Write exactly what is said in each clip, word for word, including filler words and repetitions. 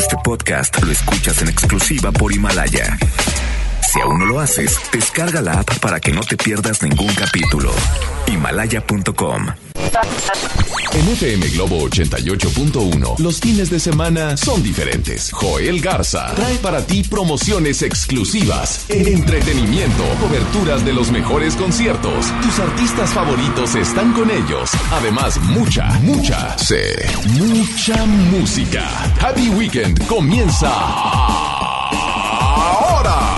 Este podcast lo escuchas en exclusiva por Himalaya. Si aún no lo haces, descarga la app para que no te pierdas ningún capítulo. Himalaya punto com. En F M Globo ochenta y ocho punto uno, los fines de semana son diferentes. Joel Garza trae para ti promociones exclusivas, entretenimiento, coberturas de los mejores conciertos. Tus artistas favoritos están con ellos. Además, mucha, mucha, sí, mucha música. Happy Weekend comienza ahora.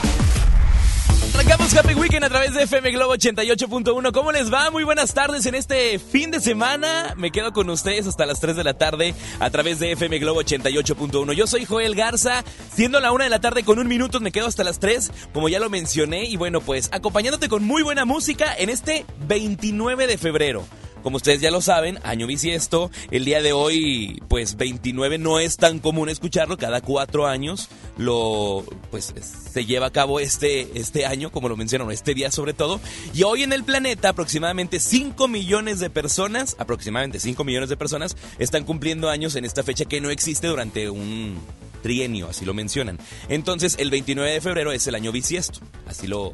Arrancamos Happy Weekend a través de F M Globo ochenta y ocho punto uno. ¿Cómo les va? Muy buenas tardes en este fin de semana. Me quedo con ustedes hasta las tres de la tarde a través de F M Globo ochenta y ocho punto uno. Yo soy Joel Garza, siendo la una de la tarde con un minuto me quedo hasta las tres, como ya lo mencioné. Y bueno, pues acompañándote con muy buena música en este veintinueve de febrero. Como ustedes ya lo saben, año bisiesto, el día de hoy, pues veintinueve no es tan común escucharlo, cada cuatro años lo, pues se lleva a cabo este, este año, como lo mencionaron, este día sobre todo. Y hoy en el planeta aproximadamente cinco millones de personas, aproximadamente cinco millones de personas están cumpliendo años en esta fecha que no existe durante un trienio, así lo mencionan. Entonces el veintinueve de febrero es el año bisiesto, así lo...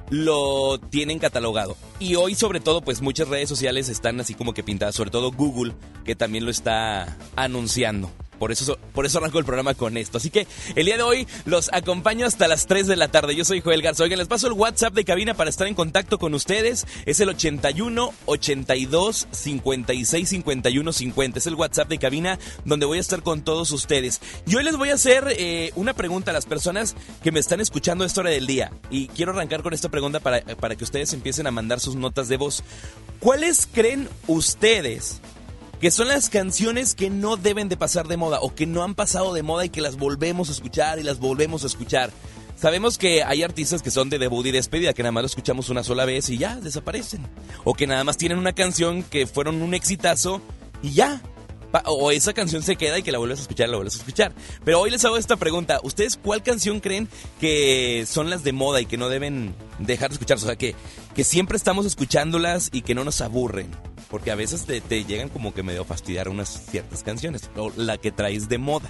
lo tienen catalogado. Y hoy sobre todo pues muchas redes sociales están así como que pintadas, sobre todo Google, que también lo está anunciando. Por eso, por eso arranco el programa con esto. Así que el día de hoy los acompaño hasta las tres de la tarde. Yo soy Joel Garza. Oigan, les paso el WhatsApp de cabina para estar en contacto con ustedes. Es el ochenta y uno, ochenta y dos, cincuenta y seis, cincuenta y uno, cincuenta. Es el WhatsApp de cabina donde voy a estar con todos ustedes. Y hoy les voy a hacer eh, una pregunta a las personas que me están escuchando a esta hora del día. Y quiero arrancar con esta pregunta para, para que ustedes empiecen a mandar sus notas de voz. ¿Cuáles creen ustedes que son las canciones que no deben de pasar de moda o que no han pasado de moda y que las volvemos a escuchar y las volvemos a escuchar? Sabemos que hay artistas que son de debut y despedida, que nada más lo escuchamos una sola vez y ya, desaparecen. O que nada más tienen una canción que fueron un exitazo y ya. O esa canción se queda y que la vuelves a escuchar, la vuelves a escuchar. Pero hoy les hago esta pregunta. ¿Ustedes cuál canción creen que son las de moda y que no deben dejar de escucharse? O sea, que, que siempre estamos escuchándolas y que no nos aburren. Porque a veces te, te llegan como que medio a fastidiar unas ciertas canciones. O la que traes de moda.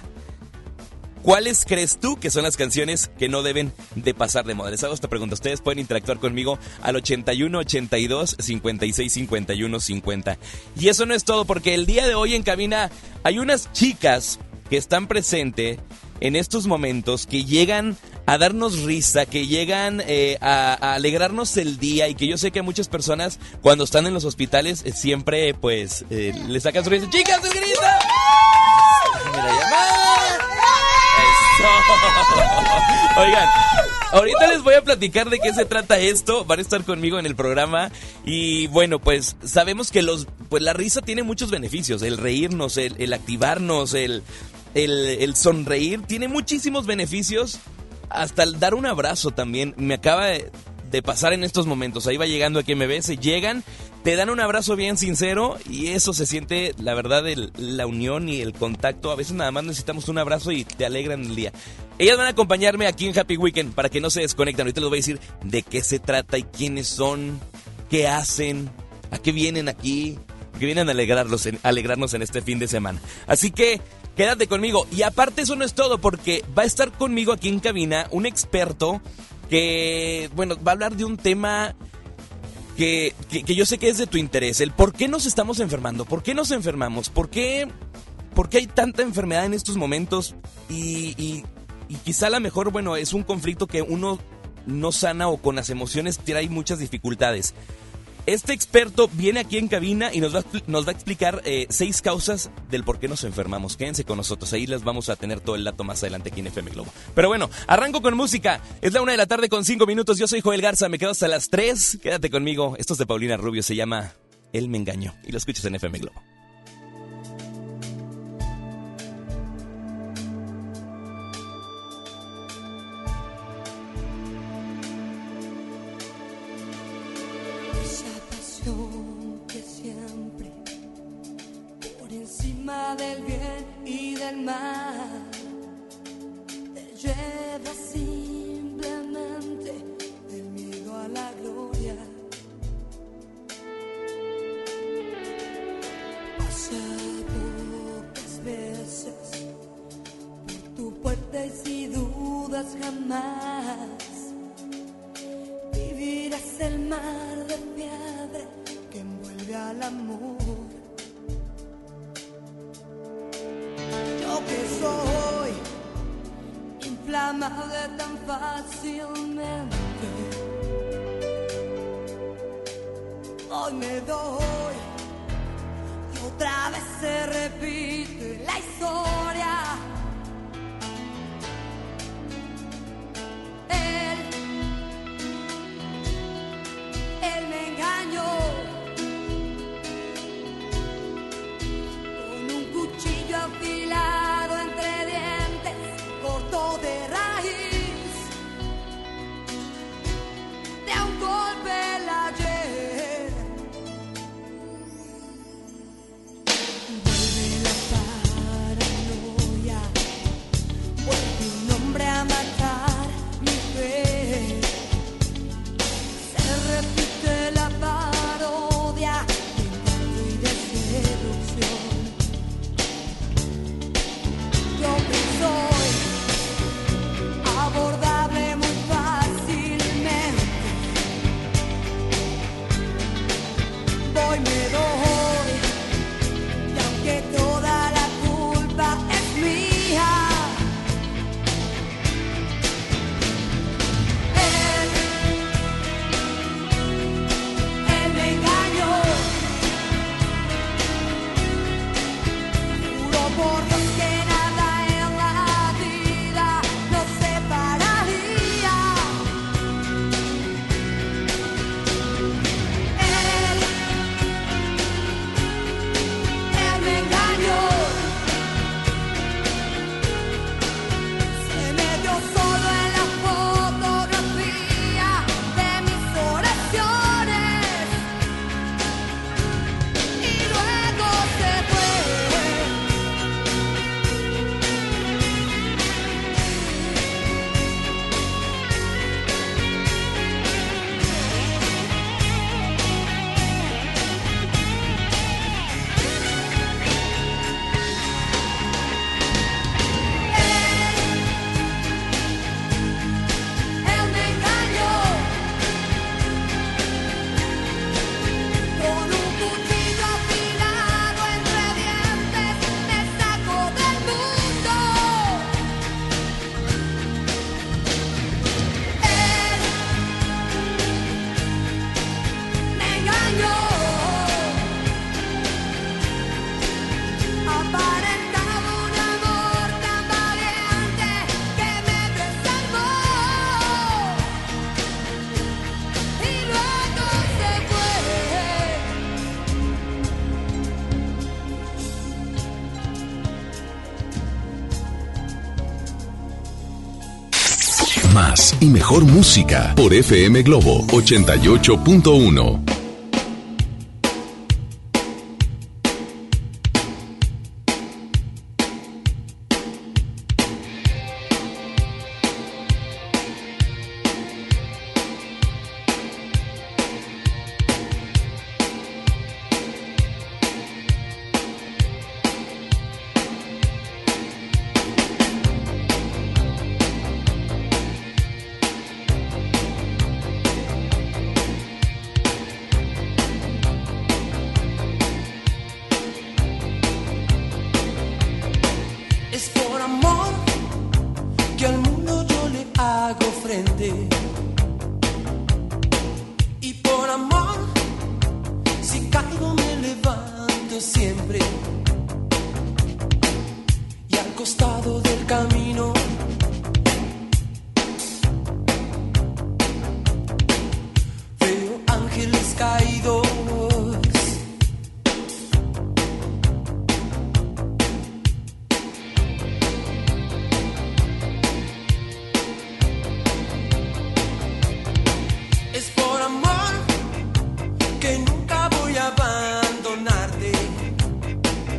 ¿Cuáles crees tú que son las canciones que no deben de pasar de moda? Les hago esta pregunta. Ustedes pueden interactuar conmigo al ochenta y uno, ochenta y dos, cincuenta y seis, cincuenta y uno, cincuenta. Y eso no es todo, porque el día de hoy en cabina hay unas chicas que están presentes en estos momentos, que llegan a darnos risa, que llegan eh, a, a alegrarnos el día, y que yo sé que a muchas personas cuando están en los hospitales eh, siempre pues eh, les sacan su risa. ¡Chicas, el grito! ¡Déjame la llamada! Oigan, ahorita les voy a platicar de qué se trata esto. Van a estar conmigo en el programa. Y bueno, pues sabemos que los, pues la risa tiene muchos beneficios. El reírnos, el, el activarnos, el, el, el sonreír, tiene muchísimos beneficios. Hasta el dar un abrazo también. Me acaba de, de pasar en estos momentos. Ahí va llegando a quien me ve, se llegan, te dan un abrazo bien sincero y eso se siente, la verdad, el, la unión y el contacto. A veces nada más necesitamos un abrazo y te alegran el día. Ellas van a acompañarme aquí en Happy Weekend para que no se desconecten. Ahorita les voy a decir de qué se trata y quiénes son, qué hacen, a qué vienen aquí, que vienen a alegrarlos, a alegrarnos en este fin de semana. Así que quédate conmigo. Y aparte eso no es todo, porque va a estar conmigo aquí en cabina un experto que, bueno, va a hablar de un tema que, que, que yo sé que es de tu interés. El por qué nos estamos enfermando, por qué nos enfermamos, por qué, por qué hay tanta enfermedad en estos momentos. Y, y, y quizá a lo mejor, bueno, es un conflicto que uno no sana o con las emociones trae muchas dificultades. Este experto viene aquí en cabina y nos va, nos va a explicar eh, seis causas del por qué nos enfermamos. Quédense con nosotros, ahí les vamos a tener todo el dato más adelante aquí en F M Globo. Pero bueno, arranco con música. Es la una de la tarde con cinco minutos. Yo soy Joel Garza, me quedo hasta las tres. Quédate conmigo. Esto es de Paulina Rubio, se llama Él me engañó. Y lo escuchas en F M Globo. Del bien y del mal te lleva simplemente del miedo a la gloria. Pasa pocas veces fuerte y si dudas jamás vivirás el mar de fiebre que envuelve al amor. Yo que soy inflamable tan fácilmente, hoy me doy y otra vez se repite la historia. Él, él me engañó con un cuchillo afilado entre dientes, cortó de raíz de un golpe el ayer. Vuelve la paranoia, vuelve un hombre a matar mi fe. Se repite la parodia de engaño y de seducción. Yo que soy abordable muy fácilmente, voy me doy, y aunque toda la culpa es mía, él, él me engañó. Juro por Dios que nada en la vida nos separaría. Él, él me engañó. Se metió solo en la fotografía de mis oraciones y luego se fue. Él me engañó con un cuchillo afilado entre dientes, me sacó del mundo. Él me engañó. Aparentaba un amor tan valiente que me desarmó y luego se fue. Más y mejor música por F M Globo ochenta y ocho punto uno. Es por amor que al mundo yo le hago frente. Y por amor, si caigo me levanto siempre. Y al costado del camino veo ángeles caídos. Es por amor que nunca voy a abandonarte.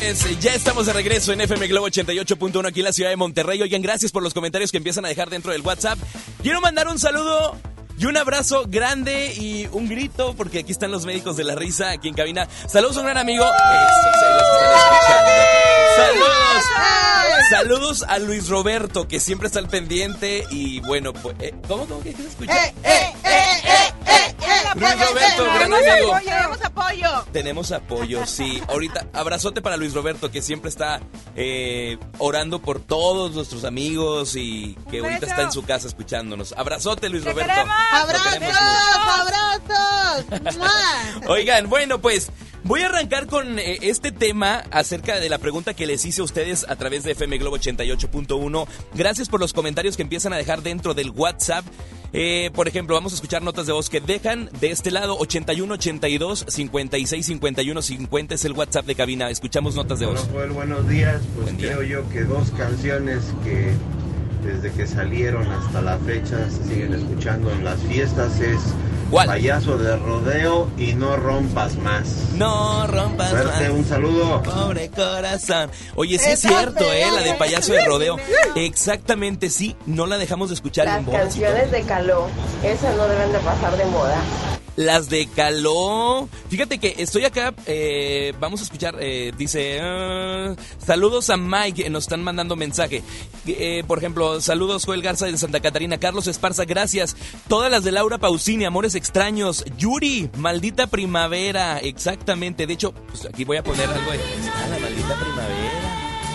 Pues ya estamos de regreso en F M Globo ochenta y ocho punto uno aquí en la ciudad de Monterrey. Oigan, gracias por los comentarios que empiezan a dejar dentro del WhatsApp. Quiero mandar un saludo y un abrazo grande y un grito, porque aquí están los médicos de la risa aquí en cabina. Saludos a un gran amigo. Eso, se los están escuchando. Saludos. Saludos a Luis Roberto, que siempre está al pendiente. Y bueno, pues, eh, ¿cómo, cómo que se escucha? ¡Eh, eh, eh, eh, eh, eh! Luis Roberto, gran amigo. Tenemos apoyo. Tenemos apoyo, sí. Ahorita, abrazote para Luis Roberto, que siempre está eh, orando por todos nuestros amigos y que ahorita Beso. está en su casa escuchándonos. Abrazote, Luis ¡Te Roberto. queremos! Lo queremos mucho. ¡Abrazos! ¡Mua! Oigan, bueno, pues voy a arrancar con eh, este tema acerca de la pregunta que les hice a ustedes a través de F M Globo ochenta y ocho punto uno. Gracias por los comentarios que empiezan a dejar dentro del WhatsApp. Eh, por ejemplo, vamos a escuchar notas de voz que dejan de este lado. Ochenta y uno, ochenta y dos, cincuenta y seis, cincuenta y uno, cincuenta es el WhatsApp de cabina. Escuchamos notas de voz. Bueno, Joel, buenos días. Pues Buen día. creo yo que dos canciones que desde que salieron hasta la fecha se siguen escuchando en las fiestas es ¿Cuál? Payaso de Rodeo y No Rompas Más. No rompas Suerte, más. un saludo. Pobre corazón. Oye, sí es Esa cierto, te ¿eh? La da- de Payaso de Rodeo. Exactamente, sí. No la dejamos de escuchar Las en bodas y todo. canciones de Caló, esas no deben de pasar de moda. Las de Caló. Fíjate que estoy acá, eh, vamos a escuchar, eh, dice, ah, saludos a Mike, eh, nos están mandando mensaje. Eh, por ejemplo, saludos Joel Garza de Santa Catarina, Carlos Esparza, gracias. Todas las de Laura Pausini, Amores Extraños, Yuri, Maldita Primavera, exactamente. De hecho, pues aquí voy a poner algo de... Ah, la Maldita Primavera.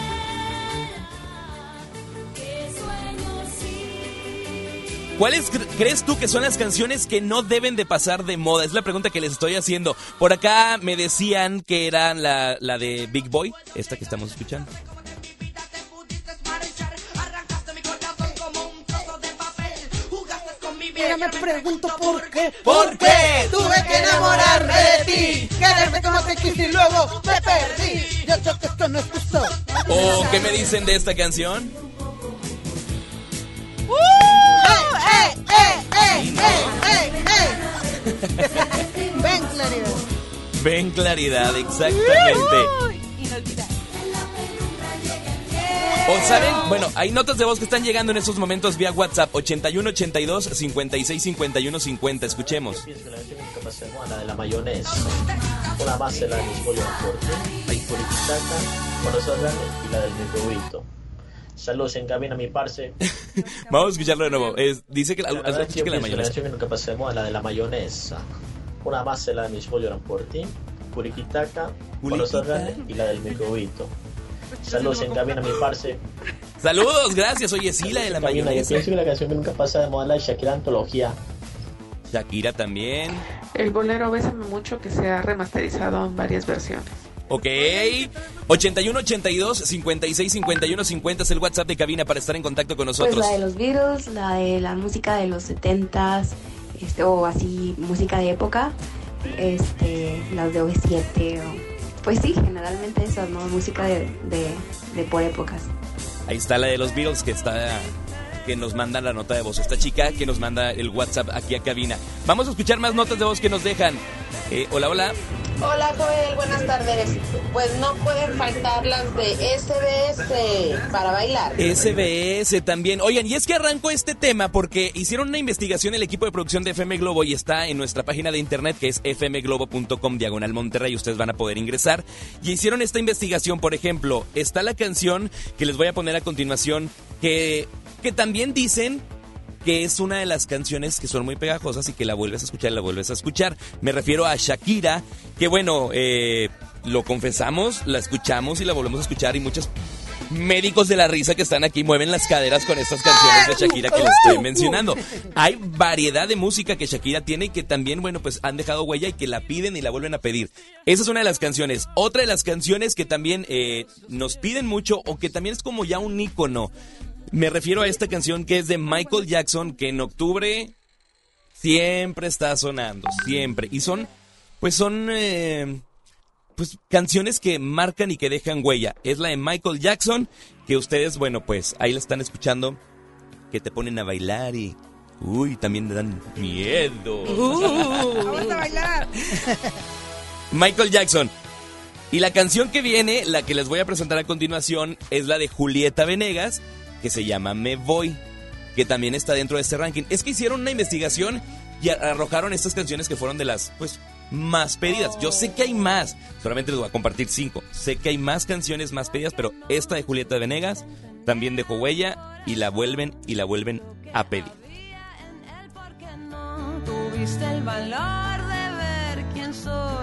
¿Cuáles cre- crees tú que son las canciones que no deben de pasar de moda? Es la pregunta que les estoy haciendo. Por acá me decían que eran la, la de Big Boy, esta que estamos escuchando. Mira, me pregunto por qué. ¿Por qué? Tuve que enamorarme de ti. Quererte como te quise y luego me perdí. Yo sé que esto no es justo. ¿O qué me dicen de esta canción? ¡Eh, eh, eh, eh, eh, eh! Ven, claridad. Ven claridad, exactamente. Inolvidable. O saben, bueno, hay notas de voz que están llegando en estos momentos vía WhatsApp. ochenta y uno, ochenta y dos, cincuenta y seis, cincuenta y uno, cincuenta. Escuchemos. Pienso que la canción que pasemos a la de la mayonesa. Una más se la de mis pollos fuerte. Hay puriquitaca, corazón grande y la del microbito. Saludos en cabina, mi parce. Vamos a escucharlo de nuevo. Es- dice que la, La verdad es que yo que la pienso que la mayonesa. canción que nunca pasemos a la de la mayonesa. Una más se la de mis pollos por ti. Puriquitaca, corazón grande y la del microbito. Saludos en cabina, mi parce. Saludos, gracias. Oye, sí, la de la Cabina, yo mayonesa. pienso que la canción que nunca pasa de moda es la de Shakira Antología. Shakira también. El bolero Bésame Mucho, que se ha remasterizado en varias versiones. Ok. ochenta y uno, ochenta y dos, cincuenta y seis, cincuenta y uno, cincuenta es el WhatsApp de cabina para estar en contacto con Pues nosotros. la de los Beatles, la de la música de los setentas, este, o así, música de época, este, las de O V siete, o, pues sí, generalmente esas, ¿no? Música de, de, de por épocas. Ahí está la de los Beatles que está que nos manda la nota de voz. Esta chica que nos manda el WhatsApp aquí a cabina. Vamos a escuchar más notas de voz que nos dejan. Eh, hola, hola. Hola Joel, buenas tardes. Pues no pueden faltar las de S B S para bailar. S B S también. Oigan, y es que arrancó este tema porque hicieron una investigación el equipo de producción de F M Globo y está en nuestra página de internet que es f m globo punto com diagonal Monterrey. Ustedes van a poder ingresar. Y hicieron esta investigación, por ejemplo, está la canción que les voy a poner a continuación que, que también dicen que es una de las canciones que son muy pegajosas y que la vuelves a escuchar y la vuelves a escuchar. Me refiero a Shakira, que bueno, eh, lo confesamos, la escuchamos y la volvemos a escuchar y muchos médicos de la risa que están aquí mueven las caderas con estas canciones de Shakira que les estoy mencionando. Hay variedad de música que Shakira tiene y que también, bueno, pues han dejado huella y que la piden y la vuelven a pedir. Esa es una de las canciones. Otra de las canciones que también eh, nos piden mucho o que también es como ya un ícono. Me refiero a esta canción que es de Michael Jackson, que en octubre siempre está sonando, siempre. Y son, pues son, eh, pues canciones que marcan y que dejan huella. Es la de Michael Jackson, que ustedes, bueno, pues ahí la están escuchando, que te ponen a bailar y, uy, también le dan miedo. Uh, vamos a bailar. Michael Jackson. Y la canción que viene, la que les voy a presentar a continuación, es la de Julieta Venegas, que se llama Me Voy, que también está dentro de este ranking. Es que hicieron una investigación y arrojaron estas canciones que fueron de las, pues, más pedidas. Yo sé que hay más, solamente les voy a compartir cinco. Sé que hay más canciones más pedidas, pero esta de Julieta Venegas también dejó huella y la vuelven y la vuelven a pedir. Tuviste el valor de ver quién soy.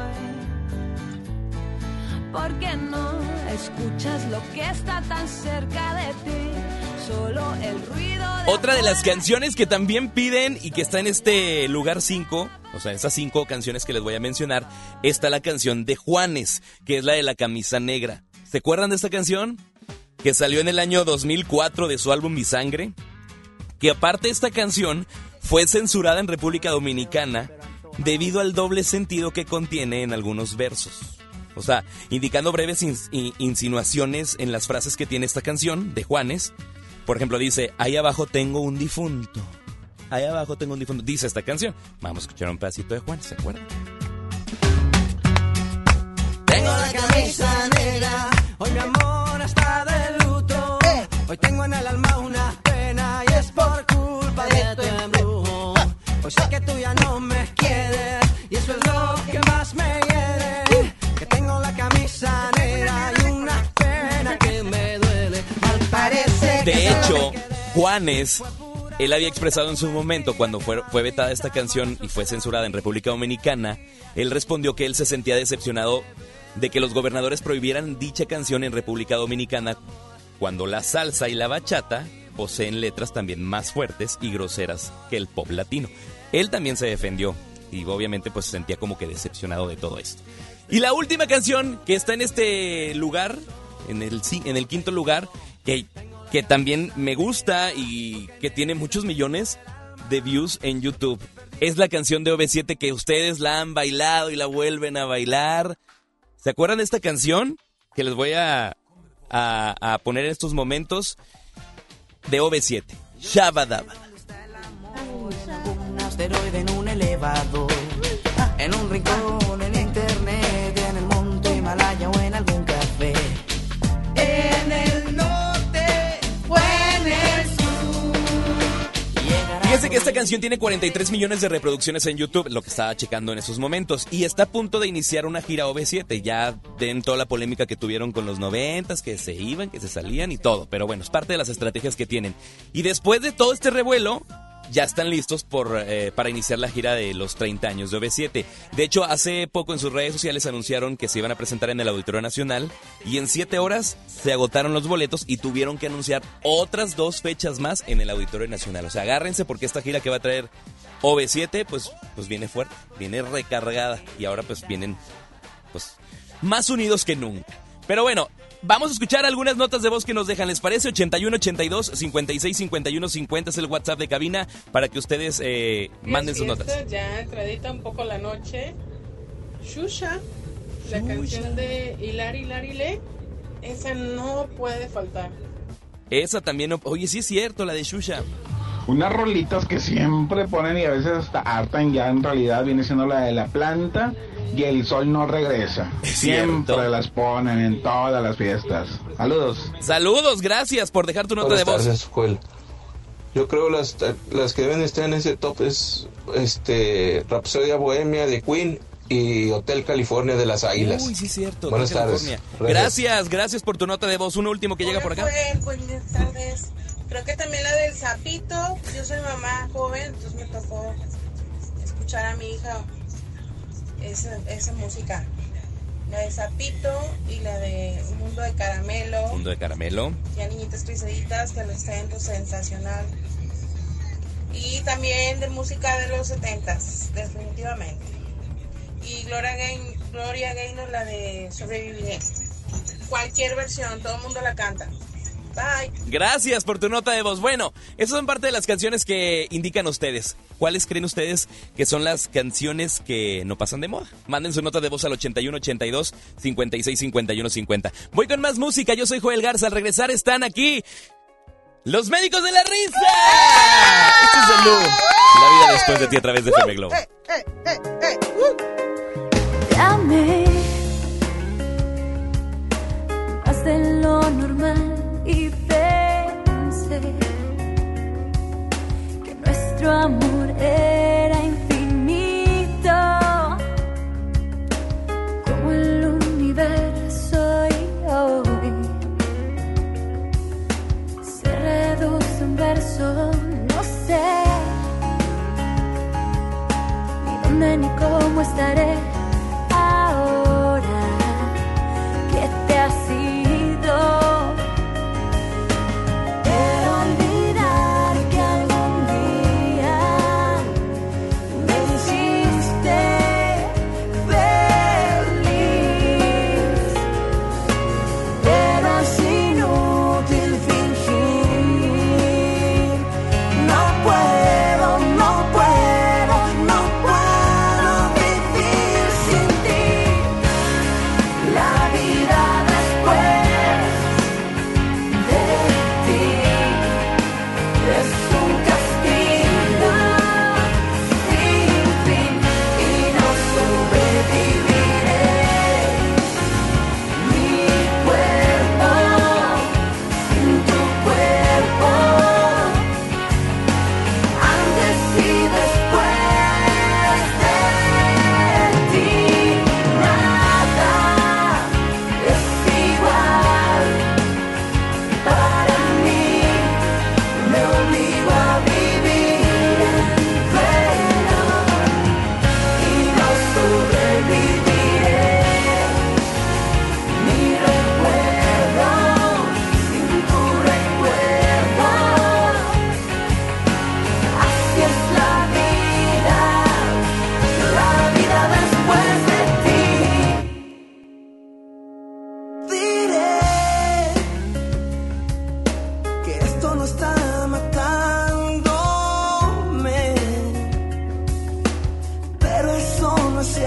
¿Por qué no escuchas lo que está tan cerca de ti? Solo el ruido de... Otra de las canciones que también piden y que está en este lugar cinco, o sea, esas cinco canciones que les voy a mencionar, está la canción de Juanes, que es la de La Camisa Negra. ¿Se acuerdan de esta canción? Que salió en el año dos mil cuatro de su álbum Mi Sangre. Que aparte esta canción fue censurada en República Dominicana debido al doble sentido que contiene en algunos versos. O sea, indicando breves in- insinuaciones en las frases que tiene esta canción de Juanes. Por ejemplo, dice, ahí abajo tengo un difunto. Ahí abajo tengo un difunto. Dice esta canción. Vamos a escuchar un pedacito de Juanes, ¿se acuerdan? Tengo la camisa negra, hoy mi amor está de luto. Eh. Hoy tengo en el alma una pena y es por culpa de tu embrujo. Hoy sé que tú ya no me quieres y eso es lo que más me hiere. Que tengo la camisa negra y una pena que me duele. Al parecer. De hecho, Juanes, él había expresado en su momento, cuando fue, fue vetada esta canción y fue censurada en República Dominicana, él respondió que él se sentía decepcionado de que los gobernadores prohibieran dicha canción en República Dominicana cuando la salsa y la bachata poseen letras también más fuertes y groseras que el pop latino. Él también se defendió y obviamente pues se sentía como que decepcionado de todo esto. Y la última canción que está en este lugar, en el, en el quinto lugar, que, que también me gusta y que tiene muchos millones de views en YouTube, es la canción de O V siete que ustedes la han bailado y la vuelven a bailar. ¿Se acuerdan de esta canción? Que les voy a, a, a poner en estos momentos de O V siete. Shabadaba. Un asteroide en un elevador, en un rincón, en internet, en el monte Himalaya o en algún café. En el norte o en el sur. Fíjense que esta canción tiene cuarenta y tres millones de reproducciones en YouTube, lo que estaba checando en esos momentos, y está a punto de iniciar una gira O V siete, ya den toda la polémica que tuvieron con los noventas, que se iban, que se salían y todo, pero bueno, es parte de las estrategias que tienen. Y después de todo este revuelo, ya están listos por, eh, para iniciar la gira de los treinta años de O V siete. De hecho, hace poco en sus redes sociales anunciaron que se iban a presentar en el Auditorio Nacional y en siete horas se agotaron los boletos y tuvieron que anunciar otras dos fechas más en el Auditorio Nacional. O sea, agárrense porque esta gira que va a traer O V siete pues, pues viene fuerte, viene recargada y ahora pues vienen pues más unidos que nunca. Pero bueno, vamos a escuchar algunas notas de voz que nos dejan. ¿Les parece? ochenta y uno ochenta y dos cincuenta y seis cincuenta y uno cincuenta es el WhatsApp de cabina para que ustedes eh, manden sus notas. Ya entradita un poco la noche. Shusha, la canción de Hilar, Hilar, Hile, esa no puede faltar. Esa también, oye, sí es cierto, la de Shusha. Unas rolitas que siempre ponen y a veces hasta hartan, ya en realidad viene siendo la de La Planta y El Sol No Regresa. Siempre cierto. Las ponen en todas las fiestas. Saludos. Saludos, gracias por dejar tu nota Buenas de voz. Tardes, Joel. Yo creo las las que deben estar en ese top es este Rapsodia Bohemia de Queen y Hotel California de las Águilas. Uy, sí es cierto. Buenas tardes. Gracias. gracias, gracias por tu nota de voz. Un último que Hola, llega por acá. Joel, buenas tardes. Creo que también la del Zapito. Yo soy mamá joven, entonces me tocó escuchar a mi hija esa, esa música. La de Zapito y la de Un Mundo de Caramelo. Mundo de Caramelo. Ya niñitas crisaditas, que lo está sensacional. Y también de música de los setentas, definitivamente. Y Gloria Gaynor, Gloria Gaynor, la de Sobreviviré. Cualquier versión, todo el mundo la canta. Bye. Gracias por tu nota de voz. Bueno, esas son parte de las canciones que indican ustedes. ¿Cuáles creen ustedes que son las canciones que no pasan de moda? Manden su nota de voz al ochenta y uno ochenta y dos cincuenta y seis cincuenta y uno cincuenta. Voy con más música. Yo soy Joel Garza. Al regresar están aquí los Médicos de la Risa. Este es el Lu. La vida después de ti a través de F M Globo. Eh, eh, eh, eh, uh. Dame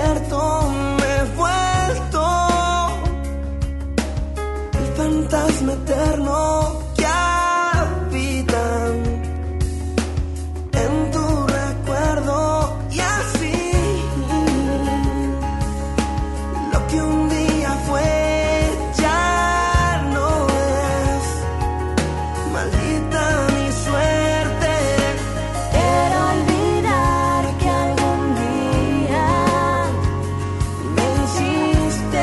despierto me he vuelto el fantasma eterno que habita en tu recuerdo. Y así lo que un día fue ya no es. Maldita mi suerte. Quiero olvidar que algún día me hiciste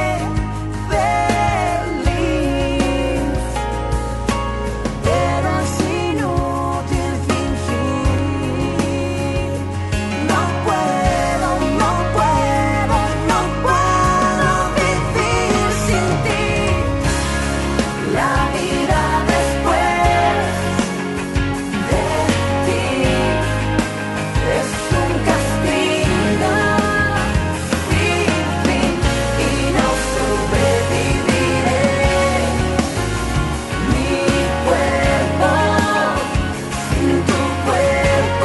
feliz, pero es inútil fingir. No puedo, no puedo, no puedo vivir sin ti. La vida después de ti es un castigo sin fin y no sobreviviré. Mi cuerpo sin tu cuerpo,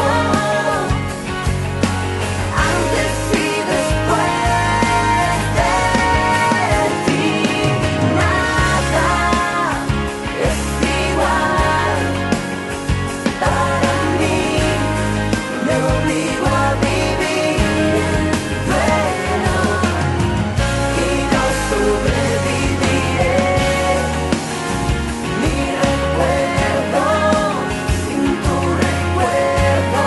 antes y después de ti, nada es igual para mí. Me obligo a vivir bueno y no sobreviviré. Mi recuerdo sin tu recuerdo,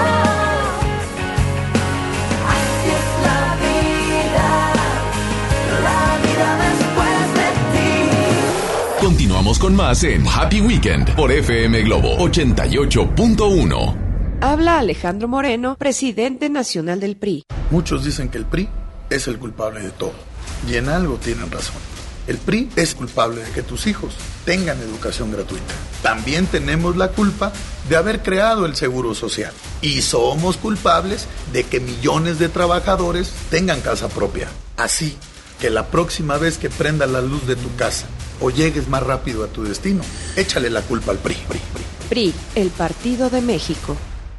así es la vida, la vida después de ti. Continuamos con más en Happy Weekend por F M Globo ochenta y ocho punto uno. Habla Alejandro Moreno, presidente nacional del P R I. Muchos dicen que el P R I es el culpable de todo, y en algo tienen razón. El P R I es culpable de que tus hijos tengan educación gratuita. También tenemos la culpa de haber creado el Seguro Social. Y somos culpables de que millones de trabajadores tengan casa propia. Así que la próxima vez que prenda la luz de tu casa o llegues más rápido a tu destino, échale la culpa al P R I. P R I, el Partido de México.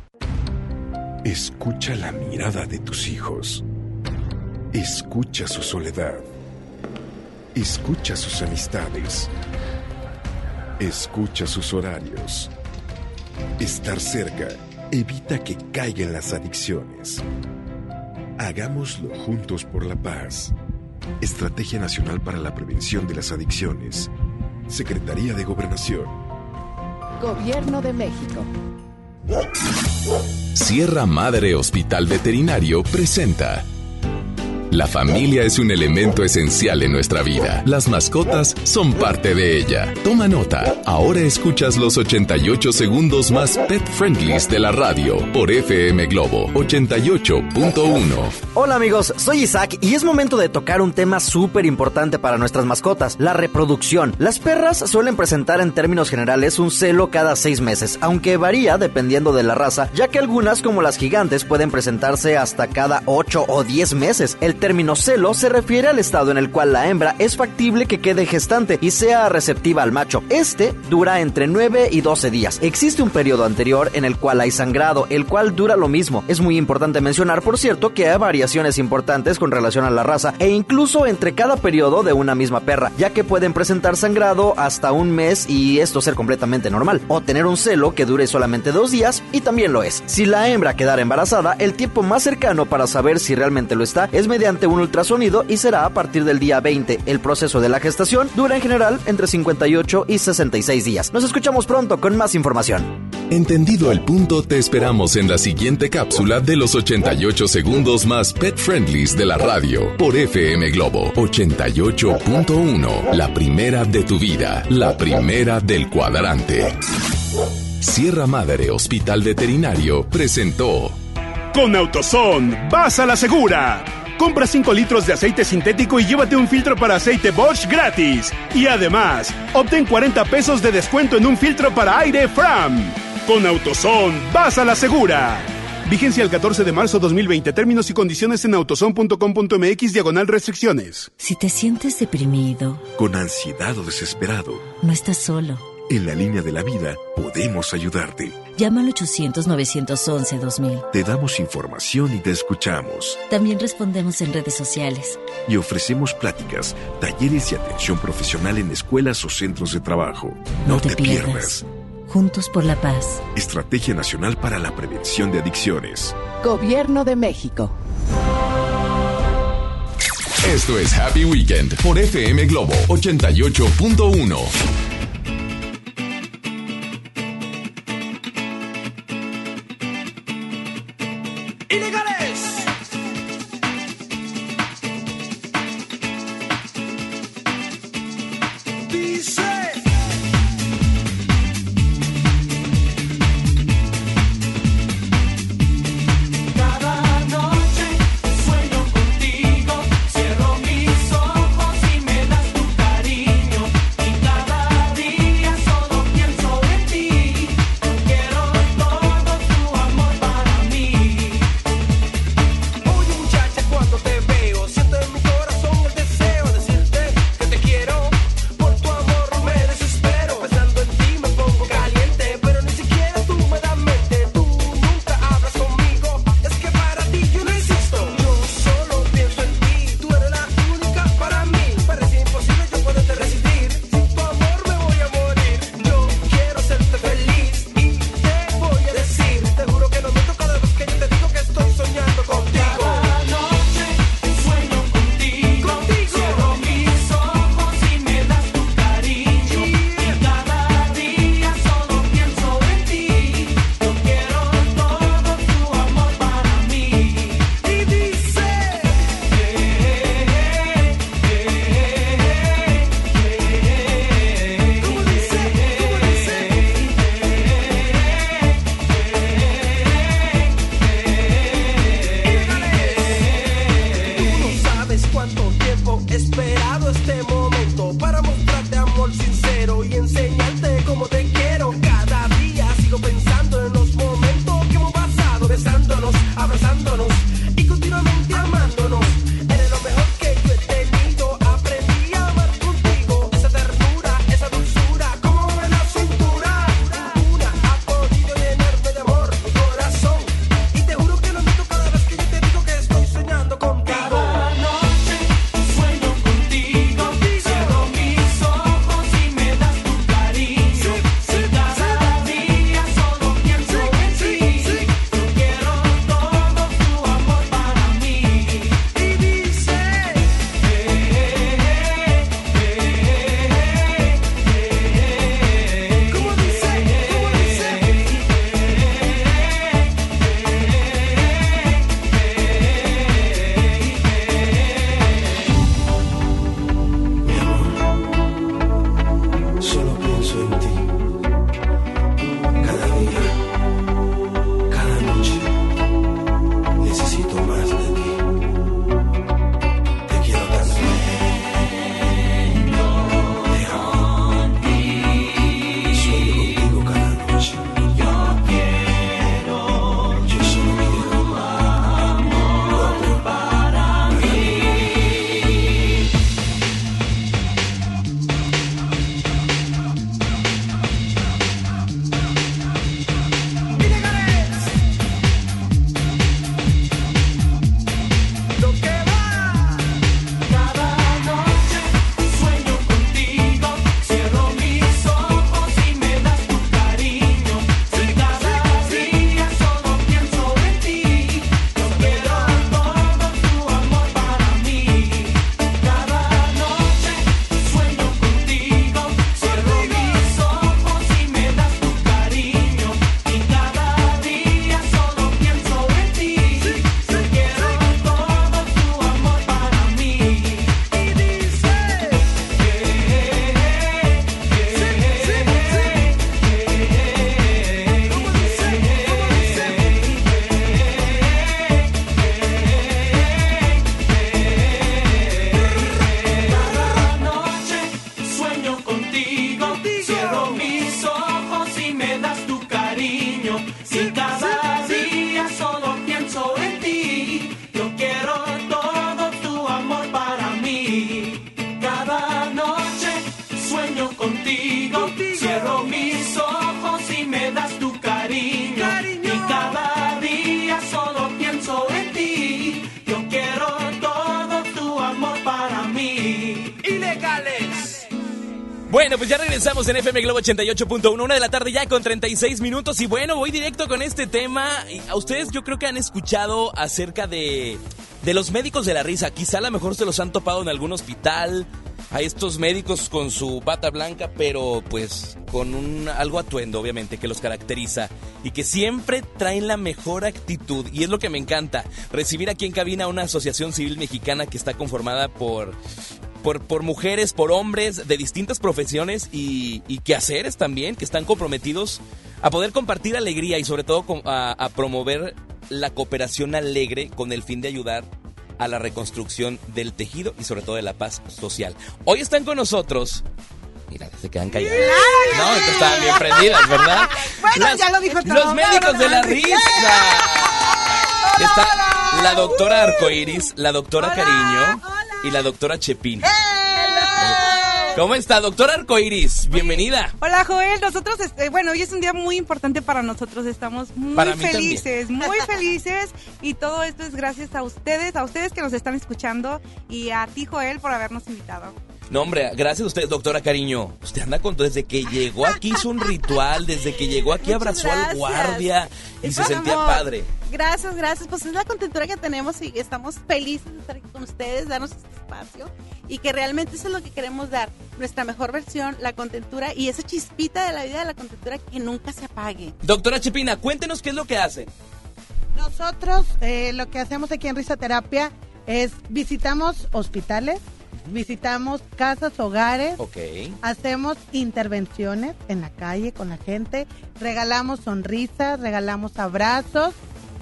Escucha la mirada de tus hijos. Escucha su soledad. Escucha sus amistades. Escucha sus horarios. Estar cerca evita que caigan las adicciones. Hagámoslo juntos por la paz. Estrategia Nacional para la Prevención de las Adicciones. Secretaría de Gobernación. Gobierno de México. Sierra Madre Hospital Veterinario presenta. La familia es un elemento esencial en nuestra vida. Las mascotas son parte de ella. Toma nota. Ahora escuchas los ochenta y ocho segundos más pet friendlies de la radio por F M Globo ochenta y ocho punto uno. Hola amigos, soy Isaac y es momento de tocar un tema súper importante para nuestras mascotas, la reproducción. Las perras suelen presentar en términos generales un celo cada seis meses, aunque varía dependiendo de la raza, ya que algunas como las gigantes pueden presentarse hasta cada ocho o diez meses. El término celo se refiere al estado en el cual la hembra es factible que quede gestante y sea receptiva al macho. Este dura entre nueve y doce días. Existe un periodo anterior en el cual hay sangrado, el cual dura lo mismo. Es muy importante mencionar, por cierto, que hay variaciones importantes con relación a la raza e incluso entre cada periodo de una misma perra, ya que pueden presentar sangrado hasta un mes y esto ser completamente normal, o tener un celo que dure solamente dos días y también lo es. Si la hembra quedara embarazada, el tiempo más cercano para saber si realmente lo está es mediante un ultrasonido y será a partir del día veinte. El proceso de la gestación dura en general entre cincuenta y ocho y sesenta y seis días. Nos escuchamos pronto con más información. Entendido el punto, te esperamos en la siguiente cápsula de los ochenta y ocho segundos más pet friendlies de la radio por F M Globo ochenta y ocho punto uno. La primera de tu vida, la primera del cuadrante. Sierra Madre Hospital Veterinario presentó. Con AutoZone, vas a la segura. Compra cinco litros de aceite sintético y llévate un filtro para aceite Bosch gratis. Y además, obtén cuarenta pesos de descuento en un filtro para aire Fram. Con AutoZone, vas a la segura. Vigencia el catorce de marzo dos mil veinte. Términos y condiciones en autozone punto com punto m x diagonal restricciones. Si te sientes deprimido, con ansiedad o desesperado, no estás solo. En la línea de la vida podemos ayudarte. Llama al ochocientos, novecientos once, dos mil. Te damos información y te escuchamos. También respondemos en redes sociales. Y ofrecemos pláticas, talleres y atención profesional en escuelas o centros de trabajo. No, no te, te pierdas. pierdas. Juntos por la paz. Estrategia Nacional para la Prevención de Adicciones. Gobierno de México. Esto es Happy Weekend por F M Globo ochenta y ocho punto uno. Cierro mis ojos y me das tu cariño, y cada Bueno, pues ya regresamos en F M Globo ochenta y ocho punto uno, una de la tarde ya con treinta y seis minutos. Y bueno, voy directo con este tema. A ustedes yo creo que han escuchado acerca de, de los médicos de la risa. Quizá a lo mejor se los han topado en algún hospital, a estos médicos con su bata blanca, pero pues con un algo atuendo, obviamente, que los caracteriza y que siempre traen la mejor actitud. Y es lo que me encanta, recibir aquí en cabina una asociación civil mexicana que está conformada por... Por, por mujeres, por hombres de distintas profesiones y, y quehaceres también, que están comprometidos a poder compartir alegría y sobre todo a, a promover la cooperación alegre con el fin de ayudar a la reconstrucción del tejido y sobre todo de la paz social. Hoy están con nosotros... Mira, se quedan callados. No, entonces estaban bien prendidas, ¿verdad? Bueno, Las, ya lo dijo todo. Los médicos de la risa. Está la doctora Arcoiris, la doctora Hola, Cariño hola. y la doctora Chepín. ¿Cómo está, doctora Arcoiris? Bienvenida. Hola, Joel. Nosotros, este, bueno, hoy es un día muy importante para nosotros. Estamos muy Para mí felices, muy felices. Y todo esto es gracias a ustedes, a ustedes que nos están escuchando y a ti, Joel, por habernos invitado. No, hombre, gracias a usted, doctora Cariño. Usted anda con todo, desde que llegó aquí hizo un ritual, desde que llegó aquí abrazó al guardia y Es se un sentía amor. padre. Gracias, gracias. Pues es la contentura que tenemos y estamos felices de estar aquí con ustedes, darnos este espacio y que realmente eso es lo que queremos dar, nuestra mejor versión, la contentura y esa chispita de la vida de la contentura que nunca se apague. Doctora Chepina, cuéntenos qué es lo que hace. Nosotros eh, lo que hacemos aquí en Risoterapia es visitamos hospitales, visitamos casas, hogares, Ok. hacemos intervenciones en la calle con la gente, regalamos sonrisas, regalamos abrazos.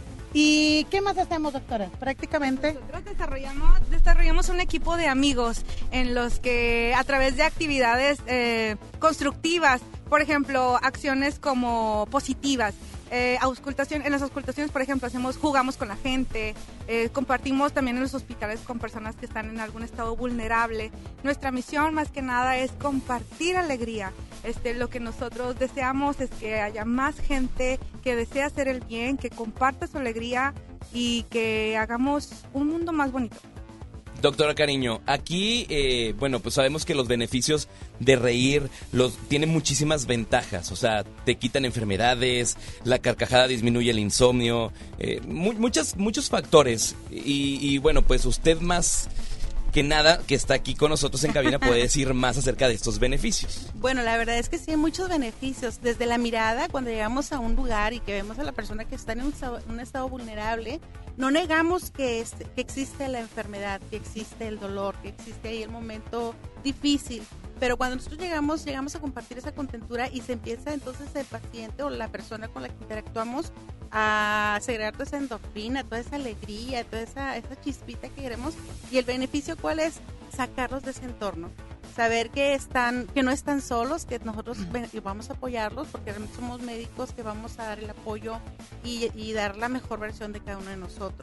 ¿Y qué más hacemos, doctora? Prácticamente... Nosotros desarrollamos, desarrollamos un equipo de amigos en los que a través de actividades eh, constructivas, por ejemplo, acciones como positivas, eh, auscultación, en las auscultaciones, por ejemplo, hacemos, jugamos con la gente, eh, compartimos también en los hospitales con personas que están en algún estado vulnerable. Nuestra misión más que nada es compartir alegría. Este, lo que nosotros deseamos es que haya más gente que desea hacer el bien, que comparta su alegría y que hagamos un mundo más bonito. Doctora Cariño, aquí, eh, bueno, pues sabemos que los beneficios de reír los tienen muchísimas ventajas. O sea, te quitan enfermedades, la carcajada disminuye el insomnio, eh, mu- muchas, muchos factores. Y, y bueno, pues usted más que nada que está aquí con nosotros en cabina puede decir más acerca de estos beneficios. Bueno, la verdad es que sí hay muchos beneficios. Desde la mirada, cuando llegamos a un lugar y que vemos a la persona que está en un, estado- un estado vulnerable, no negamos que, es- que existe la enfermedad, que existe el dolor, que existe ahí el momento difícil. Pero cuando nosotros llegamos, llegamos a compartir esa contentura y se empieza entonces el paciente o la persona con la que interactuamos a segregar toda esa endorfina, toda esa alegría, toda esa, esa chispita que queremos. ¿Y el beneficio cuál es? Sacarlos de ese entorno. Saber que están, que no están solos, que nosotros ven- y vamos a apoyarlos porque realmente somos médicos que vamos a dar el apoyo y, y dar la mejor versión de cada uno de nosotros.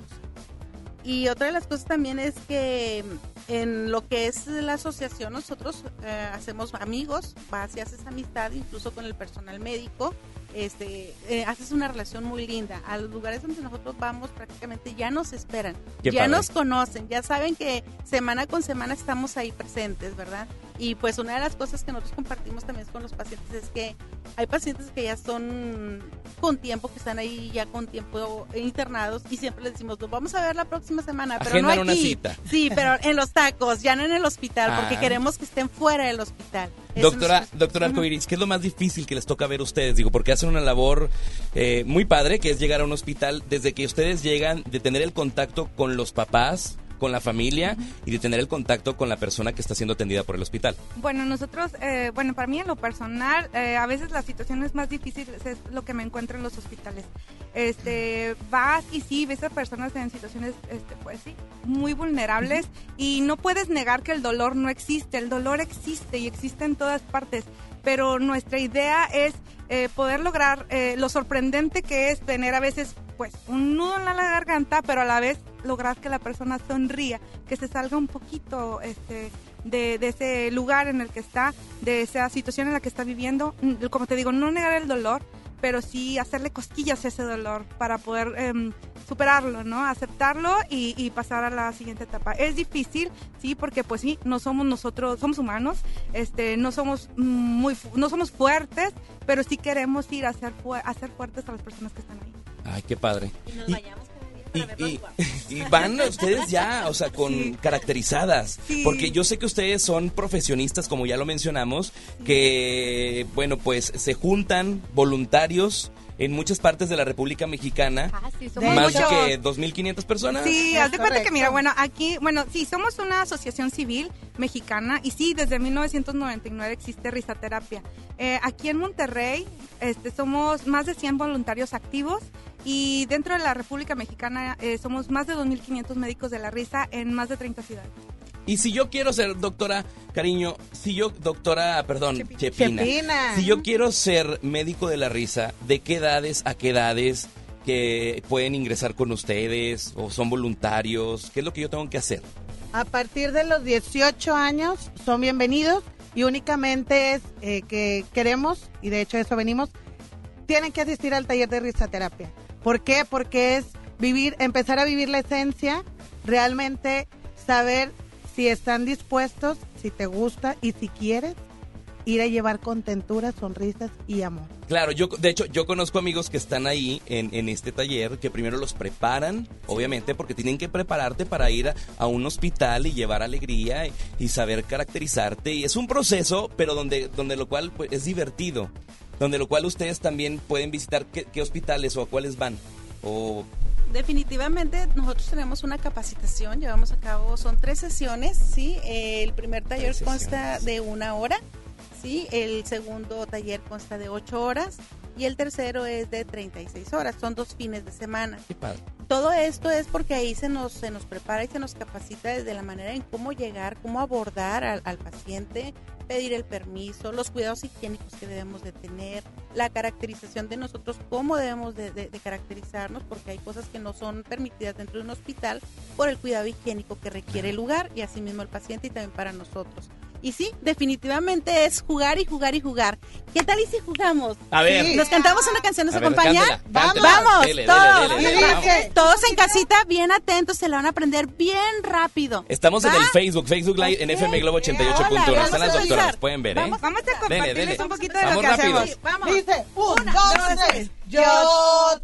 Y otra de las cosas también es que en lo que es la asociación nosotros eh, hacemos amigos, vas y haces amistad incluso con el personal médico, este, eh, haces una relación muy linda. A los lugares donde nosotros vamos prácticamente ya nos esperan, Qué ya padre. nos conocen, ya saben que semana con semana estamos ahí presentes, ¿verdad? Y pues una de las cosas que nosotros compartimos también con los pacientes es que hay pacientes que ya son con tiempo, que están ahí ya con tiempo internados y siempre les decimos, nos vamos a ver la próxima semana, pero Agendan no una aquí. cita. Sí, pero en los tacos, ya no en el hospital, porque Ah. queremos que estén fuera del hospital. Eso Doctora, nos- doctora Arcoiris, ¿qué es lo más difícil que les toca ver a ustedes? Digo, porque hacen una labor eh, muy padre, que es llegar a un hospital desde que ustedes llegan, de tener el contacto con los papás, con la familia y de tener el contacto con la persona que está siendo atendida por el hospital. Bueno, nosotros, eh, bueno, para mí en lo personal, eh, a veces las situaciones más difíciles es lo que me encuentro en los hospitales. Este, vas y sí, ves a personas en situaciones, este, pues sí, muy vulnerables y no puedes negar que el dolor no existe. El dolor existe y existe en todas partes, pero nuestra idea es eh, poder lograr eh, lo sorprendente que es tener a veces, pues, un nudo en la garganta, pero a la vez lograr que la persona sonría, que se salga un poquito, este, de, de ese lugar en el que está, de esa situación en la que está viviendo. Como te digo, no negar el dolor, pero sí hacerle cosquillas a ese dolor para poder eh, superarlo, ¿no? Aceptarlo y, y pasar a la siguiente etapa. Es difícil, sí, porque pues sí, no somos nosotros, somos humanos, este, no somos muy, no somos fuertes, pero sí queremos ir a ser, fu- a ser fuertes a las personas que están ahí. Ay, qué padre. Y nos Y- vayamos Y, y- y van ustedes ya, o sea, con Sí. caracterizadas, Sí. porque yo sé que ustedes son profesionistas, como ya lo mencionamos, que, bueno, pues se juntan voluntarios en muchas partes de la República Mexicana, Ah, sí, somos más muchos. de que dos mil quinientas personas. Sí, Es haz de cuenta que, correcto. mira, bueno, aquí, bueno, sí, somos una asociación civil mexicana y sí, desde mil novecientos noventa y nueve existe risaterapia. Eh, aquí en Monterrey este, somos más de cien voluntarios activos y dentro de la República Mexicana eh, somos más de dos mil quinientos médicos de la risa en más de treinta ciudades. Y si yo quiero ser, doctora, cariño, si yo, doctora, perdón, Chepina, Chepina. si yo quiero ser médico de la risa, ¿de qué edades a qué edades que pueden ingresar con ustedes o son voluntarios? ¿Qué es lo que yo tengo que hacer? A partir de los dieciocho años son bienvenidos y únicamente es eh, que queremos, y de hecho eso venimos, tienen que asistir al taller de risaterapia. ¿Por qué? Porque es vivir, empezar a vivir la esencia, realmente saber si están dispuestos, si te gusta y si quieres ir a llevar contentura, sonrisas y amor. Claro, yo de hecho yo conozco amigos que están ahí en, en este taller, que primero los preparan, obviamente, porque tienen que prepararte para ir a, a un hospital y llevar alegría y, y saber caracterizarte. Y es un proceso, pero donde, donde lo cual pues, es divertido, donde lo cual ustedes también pueden visitar qué, qué hospitales o a cuáles van. O Definitivamente nosotros tenemos una capacitación, llevamos a cabo, son tres sesiones, ¿sí? El primer taller Tres consta de una hora, ¿sí? El segundo taller consta de ocho horas y el tercero es de treinta y seis horas, son dos fines de semana. qué padre. Todo esto es porque ahí se nos, se nos prepara y se nos capacita desde la manera en cómo llegar, cómo abordar al, al paciente, pedir el permiso, los cuidados higiénicos que debemos de tener, la caracterización de nosotros, cómo debemos de, de, de caracterizarnos, porque hay cosas que no son permitidas dentro de un hospital por el cuidado higiénico que requiere el lugar y asimismo el paciente y también para nosotros. Y sí, definitivamente es jugar y jugar y jugar. ¿Qué tal y si jugamos? A ver. Sí. ¿Nos cantamos una canción? ¿Nos A ver, acompaña? cántela, Vamos, cántela. vamos, Dele, todos. dele, dele, dele, Dice, vamos. todos en casita, bien atentos, se la van a aprender bien rápido. Estamos en ¿Va? el Facebook, Facebook Live en F M Globo ochenta y ocho punto uno. Hola, Están las vamos a doctoras, empezar. las pueden ver, ¿eh? Vamos, vamos a compartirles Dele, dele. un poquito de Vamos lo que rápido. hacemos. Vamos. Dice, un, Una, dos, dos, tres. tres. Yo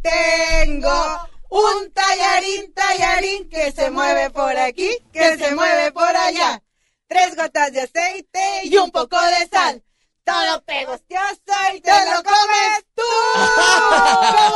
tengo un tallarín, tallarín que se mueve por aquí, que se mueve por allá. Tres gotas de aceite y un poco de sal. Todo pegostoso y te lo comes tú. ¿Cómo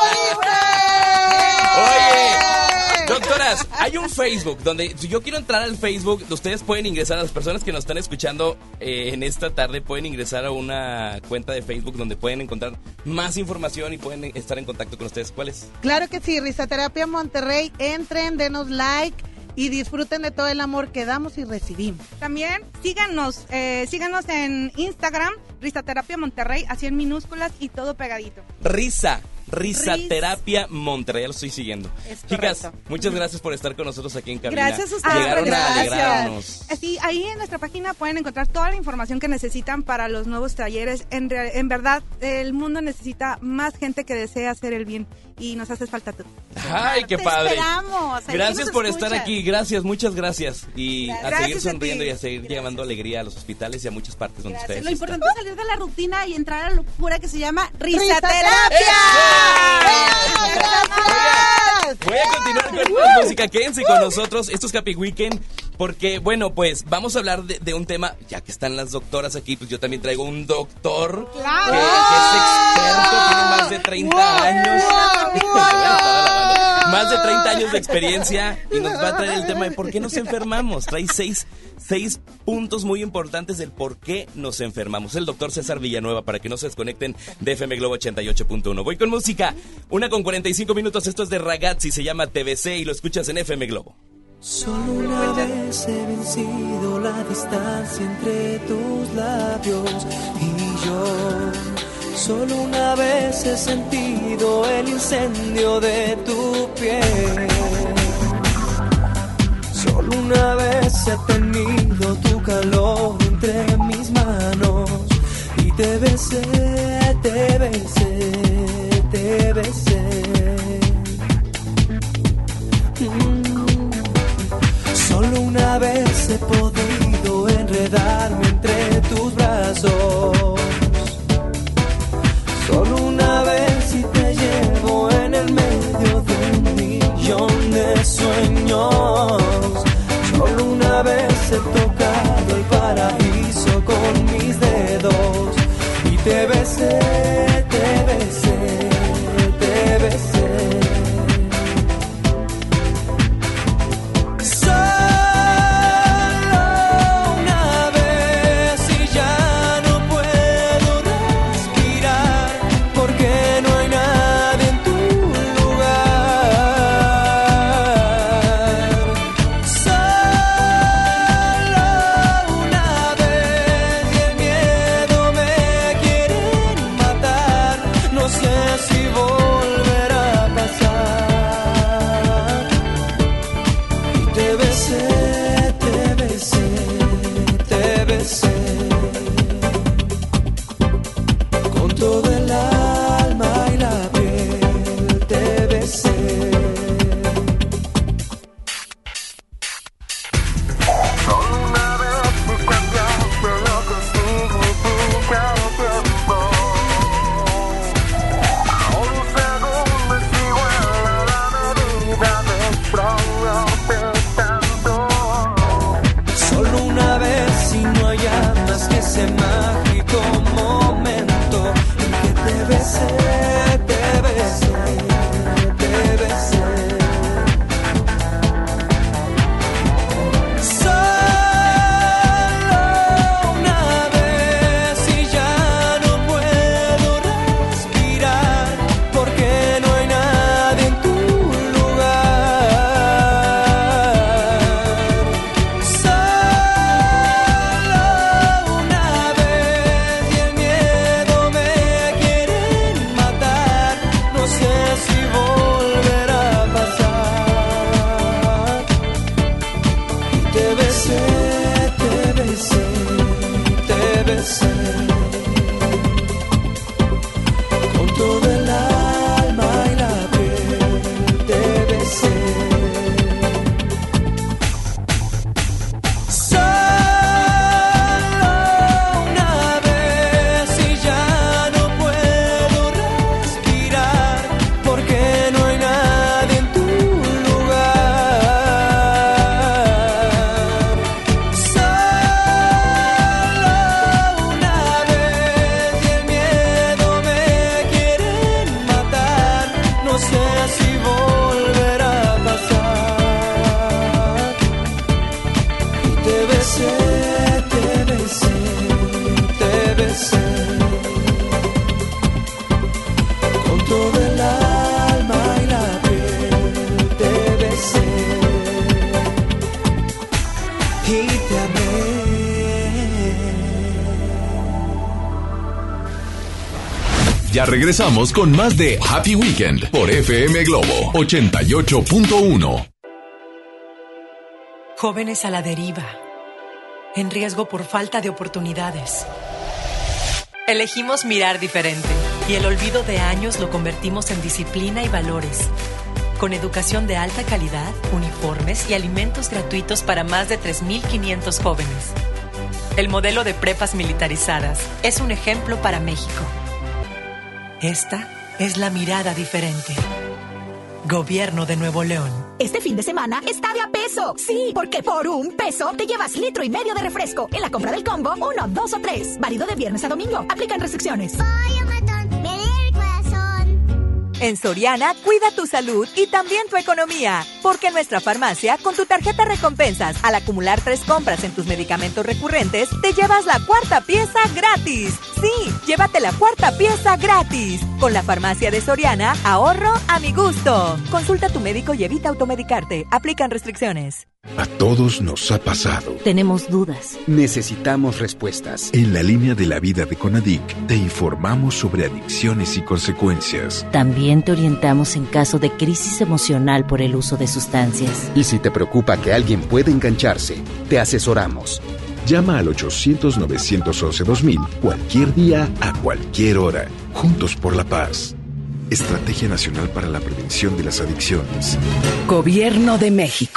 dice? Oye, doctoras, hay un Facebook donde si yo quiero entrar al Facebook, ustedes pueden ingresar, a las personas que nos están escuchando eh, en esta tarde, pueden ingresar a una cuenta de Facebook donde pueden encontrar más información y pueden estar en contacto con ustedes. ¿Cuál es? Claro que sí, Risaterapia Monterrey, entren, denos like y disfruten de todo el amor que damos y recibimos. También síganos, eh, síganos en Instagram, Risaterapia Monterrey, así en minúsculas y todo pegadito. Risa. Risaterapia Monterrey, ya lo estoy siguiendo. Es Chicas, correcto. muchas gracias por estar con nosotros aquí en cabina. Gracias a ustedes, Llegaron a gracias. alegrarnos. Así, ahí en nuestra página pueden encontrar toda la información que necesitan para los nuevos talleres. En, re- en verdad, el mundo necesita más gente que desea hacer el bien y nos hace falta tú. Ay, qué Te padre. esperamos. Ahí Gracias nos por escuchas. estar aquí, gracias, muchas gracias. Y a Gracias seguir a ti. sonriendo y a seguir llevando alegría a los hospitales y a muchas partes donde Gracias. ustedes Lo están. importante es salir de la rutina y entrar a la locura que se llama ¡Risaterapia! risaterapia. ¡Gracias! Voy a continuar con más música. Quédense con nosotros. Esto es Happy Weekend. Porque, bueno, pues vamos a hablar de, de un tema. Ya que están las doctoras aquí, pues yo también traigo un doctor ¡Claro! que, que es experto, tiene más de treinta años. Más de treinta años de experiencia y nos va a traer el tema de por qué nos enfermamos. Trae seis, seis puntos muy importantes del por qué nos enfermamos. El doctor César Villanueva, para que no se desconecten de F M Globo ochenta y ocho punto uno. Voy con música. Una con cuarenta y cinco minutos. Esto es de Ragazzi, se llama T V C y lo escuchas en F M Globo. Solo una vez he vencido la distancia entre tus labios y yo. Solo una vez he sentido el incendio de tu piel. Solo una vez he tenido tu calor entre mis manos. Y te besé, te besé, te besé. he podido enredarme entre tus brazos. Solo una vez y te llevo en el medio de un millón de sueños. Solo una vez he tocado el paraíso con mis dedos y te besé, te besé, te besé. Ya regresamos con más de Happy Weekend por F M Globo ochenta y ocho punto uno. Jóvenes a la deriva, en riesgo por falta de oportunidades. Elegimos mirar diferente y el olvido de años lo convertimos en disciplina y valores. Con educación de alta calidad, uniformes y alimentos gratuitos para más de tres mil quinientos jóvenes. El modelo de prepas militarizadas es un ejemplo para México. Esta es la mirada diferente. Gobierno de Nuevo León. Este fin de semana está de a peso. Sí, porque por un peso te llevas litro y medio de refresco en la compra del combo uno, dos o tres. Válido de viernes a domingo. Aplican restricciones. En Soriana, cuida tu salud y también tu economía. Porque en nuestra farmacia, con tu tarjeta recompensas, al acumular tres compras en tus medicamentos recurrentes, te llevas la cuarta pieza gratis. Sí, llévate la cuarta pieza gratis. Con la farmacia de Soriana, ahorro a mi gusto. Consulta a tu médico y evita automedicarte. Aplican restricciones. A todos nos ha pasado. Tenemos dudas. Necesitamos respuestas. En la línea de la vida de CONADIC te informamos sobre adicciones y consecuencias. También te orientamos en caso de crisis emocional por el uso de sustancias. Y si te preocupa que alguien pueda engancharse, te asesoramos. Llama al ochocientos, novecientos once, dos mil cualquier día, a cualquier hora. Juntos por la paz. Estrategia Nacional para la Prevención de las Adicciones. Gobierno de México.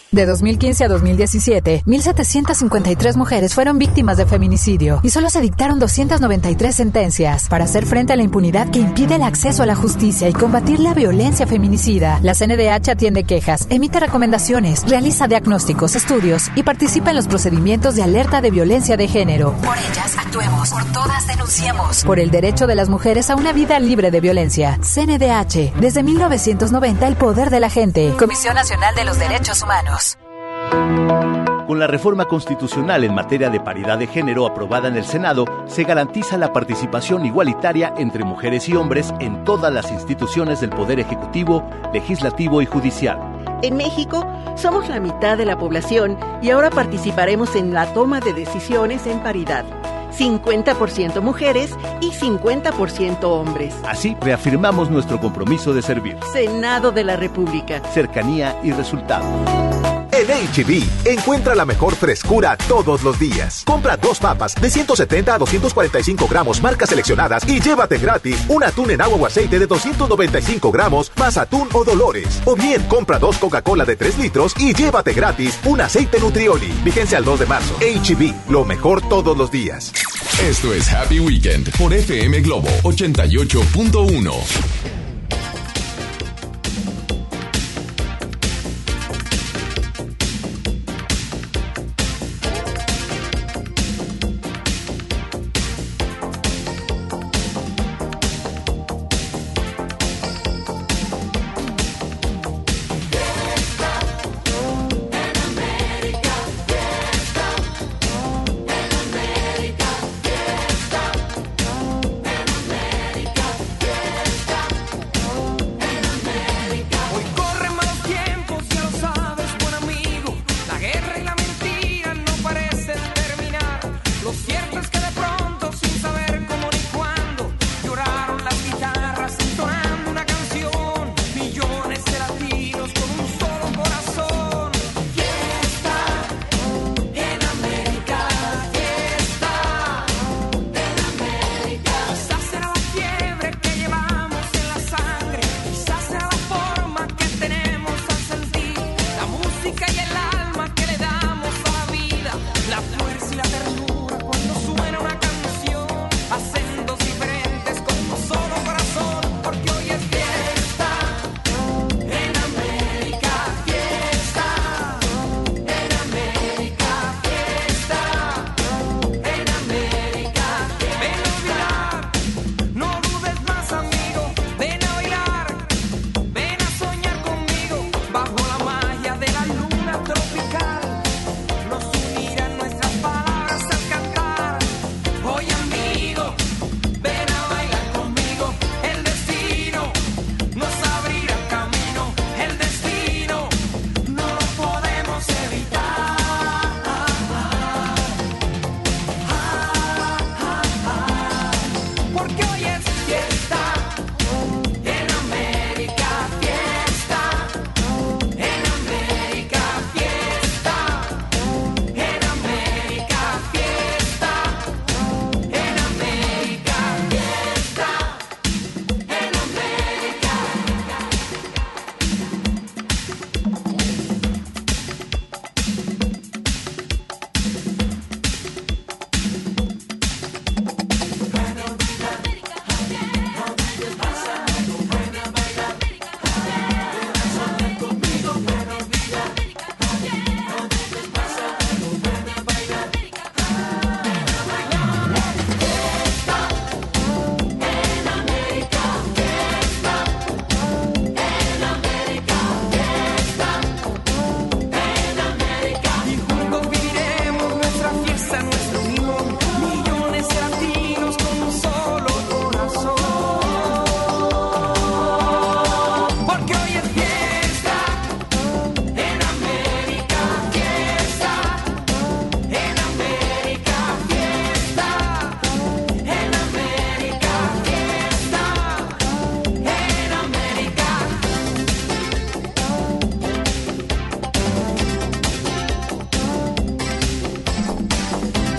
De dos mil quince a dos mil diecisiete, mil setecientas cincuenta y tres mujeres fueron víctimas de feminicidio y solo se dictaron doscientas noventa y tres sentencias. Para hacer frente a la impunidad que impide el acceso a la justicia y combatir la violencia feminicida, la C N D H atiende quejas, emite recomendaciones, realiza diagnósticos, estudios y participa en los procedimientos de alerta de violencia de género. Por ellas actuemos, por todas denunciemos. Por el derecho de las mujeres a una vida libre de violencia. C N D H, desde mil novecientos noventa, el poder de la gente. Comisión Nacional de los Derechos Humanos. Con la reforma constitucional en materia de paridad de género aprobada en el Senado, se garantiza la participación igualitaria entre mujeres y hombres en todas las instituciones del Poder Ejecutivo, Legislativo y Judicial. En México, somos la mitad de la población y ahora participaremos en la toma de decisiones en paridad. cincuenta por ciento mujeres y cincuenta por ciento hombres. Así reafirmamos nuestro compromiso de servir. Senado de la República. Cercanía y resultados. En H E B, encuentra la mejor frescura todos los días. Compra dos papas de ciento setenta a doscientos cuarenta y cinco gramos, marcas seleccionadas, y llévate gratis un atún en agua o aceite de doscientos noventa y cinco gramos, más atún o Dolores. O bien, compra dos Coca-Cola de tres litros y llévate gratis un aceite Nutrioli. Vigencia al dos de marzo. H E B, lo mejor todos los días. Esto es Happy Weekend por F M Globo ochenta y ocho punto uno.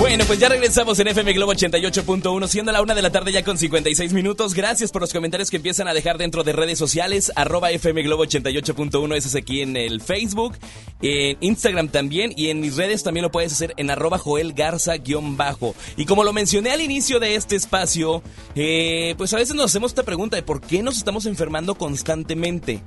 Bueno, pues ya regresamos en F M Globo ochenta y ocho punto uno, siendo la una de la tarde ya con cincuenta y seis minutos. Gracias por los comentarios que empiezan a dejar dentro de redes sociales, arroba F M Globo ochenta y ocho punto uno, ese es aquí en el Facebook, en Instagram también, y en mis redes también lo puedes hacer en arroba Joel Garza guión bajo. Y como lo mencioné al inicio de este espacio, eh, pues a veces nos hacemos esta pregunta de por qué nos estamos enfermando constantemente.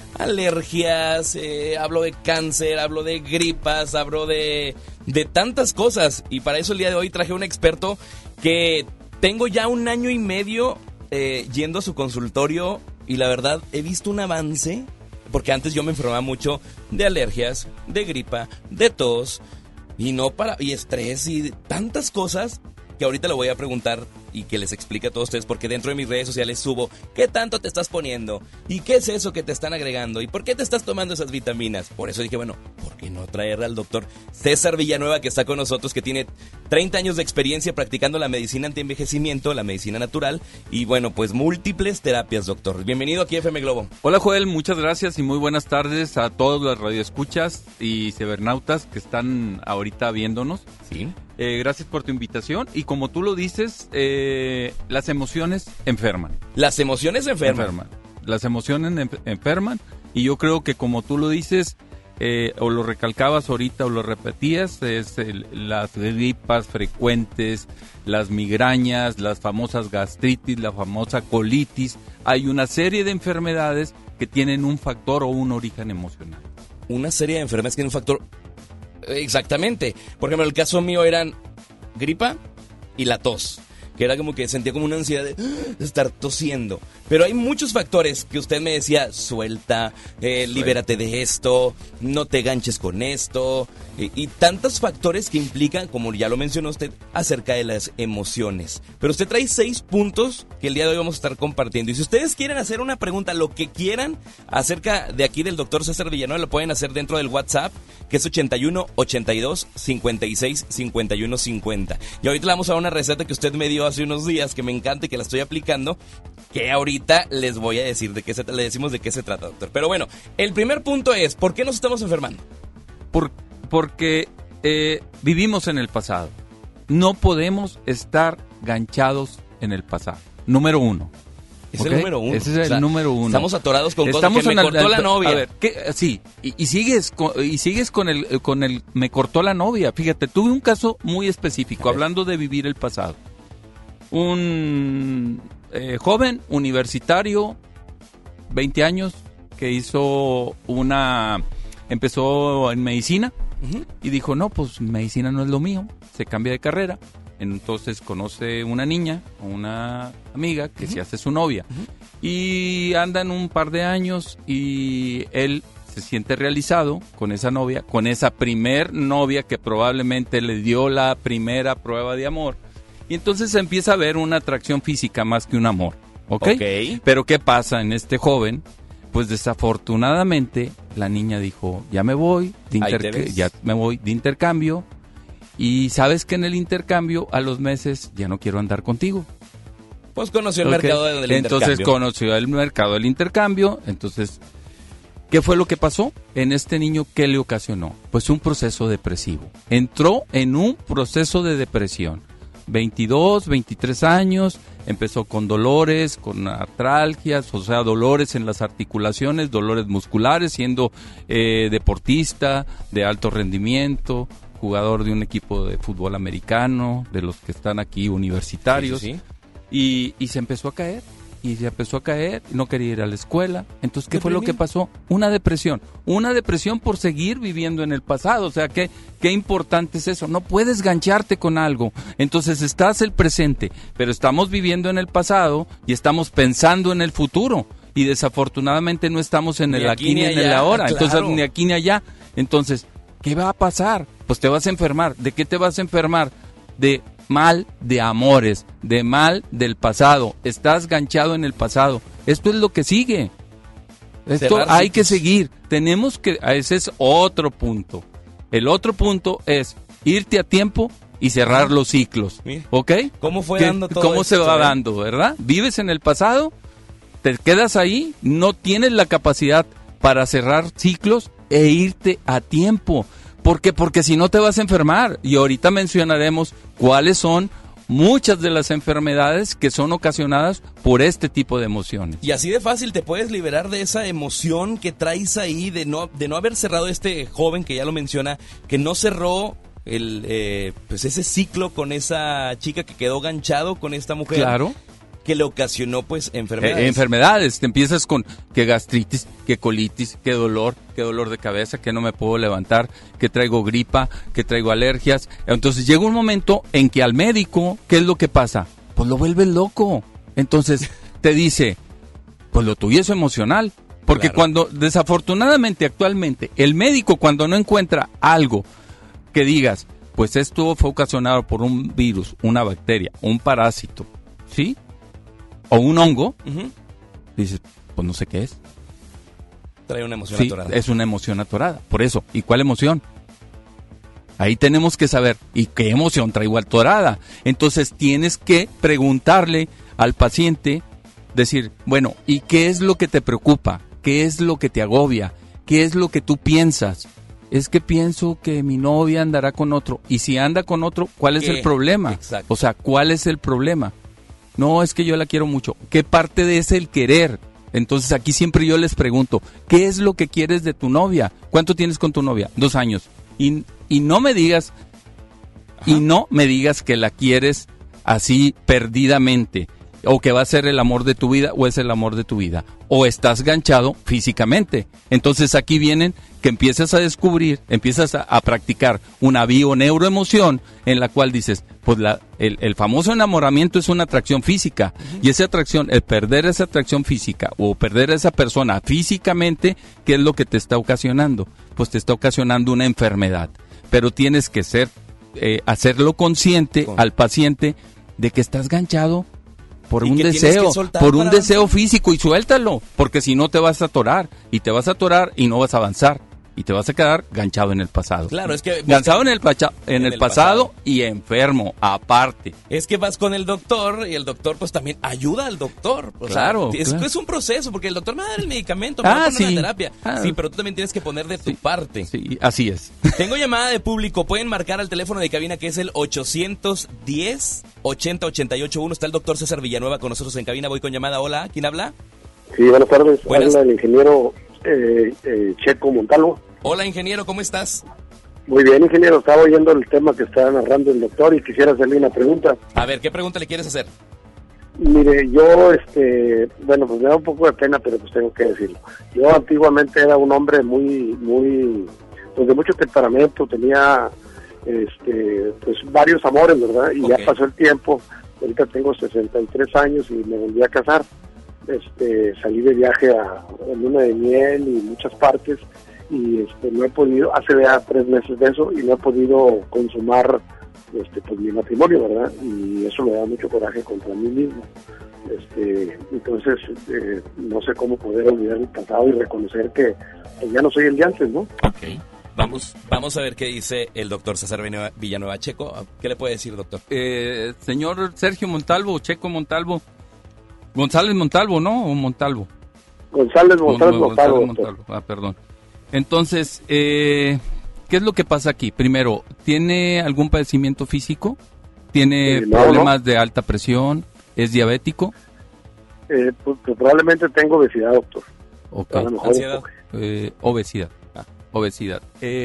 Alergias, eh, hablo de cáncer, hablo de gripas, hablo de, de tantas cosas. Y para eso el día de hoy traje a un experto que tengo ya un año y medio eh, yendo a su consultorio y la verdad he visto un avance, porque antes yo me enfermaba mucho de alergias, de gripa, de tos y no para y estrés y tantas cosas que ahorita le voy a preguntar y que les explique a todos ustedes, porque dentro de mis redes sociales subo qué tanto te estás poniendo y qué es eso que te están agregando y por qué te estás tomando esas vitaminas. Por eso dije, bueno, ¿por qué no traer al doctor César Villanueva, que está con nosotros, que tiene treinta años de experiencia practicando la medicina antienvejecimiento, la medicina natural y bueno, pues múltiples terapias, doctor? Bienvenido aquí a F M Globo. Hola Joel, muchas gracias y muy buenas tardes a todos los radioescuchas y cibernautas que están ahorita viéndonos. Sí. Eh, gracias por tu invitación y como tú lo dices, eh, las emociones enferman. Las emociones enferman. enferman. Las emociones enf- enferman y yo creo que como tú lo dices, eh, o lo recalcabas ahorita o lo repetías, es el, las gripas frecuentes, las migrañas, las famosas gastritis, la famosa colitis. Hay una serie de enfermedades que tienen un factor o un origen emocional. Una serie de enfermedades que tienen un factor... Exactamente. Por ejemplo, el caso mío eran gripa y la tos, que era como que sentía como una ansiedad de estar tosiendo. Pero hay muchos factores que usted me decía, suelta, eh, libérate de esto, no te ganches con esto, y, y tantos factores que implican, como ya lo mencionó usted, acerca de las emociones. Pero usted trae seis puntos que el día de hoy vamos a estar compartiendo. Y si ustedes quieren hacer una pregunta, lo que quieran, acerca de aquí del doctor César Villanueva, lo pueden hacer dentro del WhatsApp, que es ochenta y uno, ochenta y dos, cincuenta y seis, cincuenta y uno, cincuenta. Y ahorita le vamos a dar una receta que usted me dio hace unos días, que me encanta y que la estoy aplicando, que ahorita les voy a decir de qué se le decimos de qué se trata, doctor. Pero bueno, el primer punto es, ¿por qué nos estamos enfermando? Por, porque eh, vivimos en el pasado. No podemos estar ganchados en el pasado. Número uno. Es ¿Okay? el número uno. Ese es el o sea, número uno. Estamos atorados con estamos cosas que me cortó la novia. A ver, ¿qué? Sí, y, y sigues con, y sigues con el con el me cortó la novia. Fíjate, tuve un caso muy específico hablando de vivir el pasado. Un eh, joven universitario, veinte años, que hizo una empezó en medicina uh-huh. y dijo, "No, pues medicina no es lo mío." Se cambia de carrera. Entonces conoce una niña, una amiga que uh-huh. se hace su novia uh-huh. y andan un par de años y él se siente realizado con esa novia, con esa primer novia que probablemente le dio la primera prueba de amor y entonces empieza a ver una atracción física más que un amor, ¿ok? okay. Pero ¿qué pasa en este joven? Pues desafortunadamente la niña dijo, ya me voy, de interc- ya me voy de intercambio. Y sabes que en el intercambio, a los meses, ya no quiero andar contigo. Pues conoció el okay. mercado del entonces, intercambio. Entonces conoció el mercado del intercambio. Entonces, ¿qué fue lo que pasó? En este niño, ¿qué le ocasionó? Pues un proceso depresivo. Entró en un proceso de depresión. veintidós, veintitrés años, empezó con dolores, con artralgias, o sea, dolores en las articulaciones, dolores musculares, siendo eh, deportista de alto rendimiento, jugador de un equipo de fútbol americano, de los que están aquí universitarios, sí, sí, sí. Y, y se empezó a caer, y se empezó a caer, no quería ir a la escuela. Entonces, ¿qué fue lo que pasó? Una depresión, una depresión por seguir viviendo en el pasado. O sea, ¿qué, qué importante es eso? No puedes gancharte con algo. Entonces, estás el presente, pero estamos viviendo en el pasado y estamos pensando en el futuro. Y desafortunadamente no estamos en el aquí, aquí ni en el ahora. Claro. Entonces, ni aquí ni allá. Entonces, ¿qué va a pasar? Pues te vas a enfermar. ¿De qué te vas a enfermar? De mal de amores, de mal del pasado. Estás ganchado en el pasado. Esto es lo que sigue. Esto Cerrar hay que seguir. Tenemos que... Ese es otro punto. El otro punto es irte a tiempo y cerrar los ciclos. ¿Ok? ¿Cómo fue ¿Qué, dando todo ¿Cómo esto, se va eh? dando, verdad? Vives en el pasado, te quedas ahí, no tienes la capacidad para cerrar ciclos e irte a tiempo. ¿Por qué? Porque si no te vas a enfermar. Y ahorita mencionaremos cuáles son muchas de las enfermedades que son ocasionadas por este tipo de emociones. Y así de fácil te puedes liberar de esa emoción que traes ahí, de no, de no haber cerrado este joven que ya lo menciona, que no cerró el eh, pues ese ciclo con esa chica que quedó ganchado con esta mujer. Claro. Que le ocasionó pues enfermedades. Eh, enfermedades, te empiezas con que gastritis, que colitis, que dolor, que dolor de cabeza, que no me puedo levantar, que traigo gripa, que traigo alergias. Entonces llega un momento en que al médico, ¿qué es lo que pasa? Pues lo vuelves loco. Entonces te dice, pues lo tuyo es emocional. Porque claro. Cuando, desafortunadamente actualmente, el médico cuando no encuentra algo que digas, pues esto fue ocasionado por un virus, una bacteria, un parásito, ¿sí? O un hongo, uh-huh. Dices, pues no sé qué es. Trae una emoción sí, atorada. Es una emoción atorada, por eso. ¿Y cuál emoción? Ahí tenemos que saber, ¿y qué emoción traigo atorada? Entonces tienes que preguntarle al paciente, decir, bueno, ¿y qué es lo que te preocupa? ¿Qué es lo que te agobia? ¿Qué es lo que tú piensas? Es que pienso que mi novia andará con otro. Y si anda con otro, ¿cuál es ¿Qué? el problema? Exacto. O sea, ¿cuál es el problema? No, es que yo la quiero mucho. ¿Qué parte de ese el querer? Entonces aquí siempre yo les pregunto, ¿qué es lo que quieres de tu novia? ¿Cuánto tienes con tu novia? Dos años. Y, y no me digas, Ajá. y no me digas que la quieres así perdidamente, o que va a ser el amor de tu vida, o es el amor de tu vida, o estás ganchado físicamente. Entonces aquí vienen que empiezas a descubrir, empiezas a, a practicar una bio-neuroemoción en la cual dices, pues la, el, el famoso enamoramiento es una atracción física, uh-huh. y esa atracción, el perder esa atracción física o perder a esa persona físicamente, ¿qué es lo que te está ocasionando? Pues te está ocasionando una enfermedad, pero tienes que ser, eh, hacerlo consciente Con... al paciente de que estás ganchado por un deseo, por un deseo avanzar. Físico, y suéltalo, porque si no te vas a atorar, y te vas a atorar y no vas a avanzar, y te vas a quedar ganchado en el pasado. Claro, es que... Ganchado en el, pacha, en en el, el pasado, pasado y enfermo, aparte. Es que vas con el doctor, y el doctor pues también ayuda al doctor. O claro. sea, es, claro. es un proceso, porque el doctor me va a dar el medicamento, me ah, va a poner sí. la terapia. Ah, sí, pero tú también tienes que poner de tu sí, parte. Sí, así es. Tengo llamada de público, pueden marcar al teléfono de cabina que es el ochocientos diez, ochenta, ochenta y ocho uno. Está el doctor César Villanueva con nosotros en cabina. Voy con llamada. Hola, ¿quién habla? Sí, buenas tardes. Buenas. Habla el ingeniero eh, eh, Checo Montalvo. Hola, ingeniero, ¿cómo estás? Muy bien, ingeniero. Estaba oyendo el tema que estaba narrando el doctor y quisiera hacerle una pregunta. A ver, ¿qué pregunta le quieres hacer? Mire, yo, este, bueno, pues me da un poco de pena, pero pues tengo que decirlo. Yo antiguamente era un hombre muy, muy, pues de mucho temperamento, tenía, este, pues varios amores, ¿verdad? Y okay. Ya pasó el tiempo. Ahorita tengo sesenta y tres años y me volví a casar. Este, salí de viaje a, a luna de miel y muchas partes, y este, no he podido, hace ya tres meses de eso, y no he podido consumar este, pues mi matrimonio, ¿verdad? Y eso me da mucho coraje contra mí mismo. Este, entonces, eh, no sé cómo poder olvidar mi pasado y reconocer que pues, ya no soy el de antes, ¿no? Ok. Vamos, vamos a ver qué dice el doctor César Villanueva. Checo, ¿qué le puede decir, doctor? Eh, señor Sergio Montalvo, Checo Montalvo, González Montalvo, ¿no? ¿O Montalvo? González González Montalvo. González Montalvo. Ah, perdón. Entonces, eh, ¿qué es lo que pasa aquí? Primero, ¿tiene algún padecimiento físico? ¿Tiene eh, no, problemas no. de alta presión? ¿Es diabético? Eh, pues, pues, probablemente tengo obesidad, doctor. Okay. A lo mejor ¿Ansiedad? Eh, obesidad. Ah, obesidad.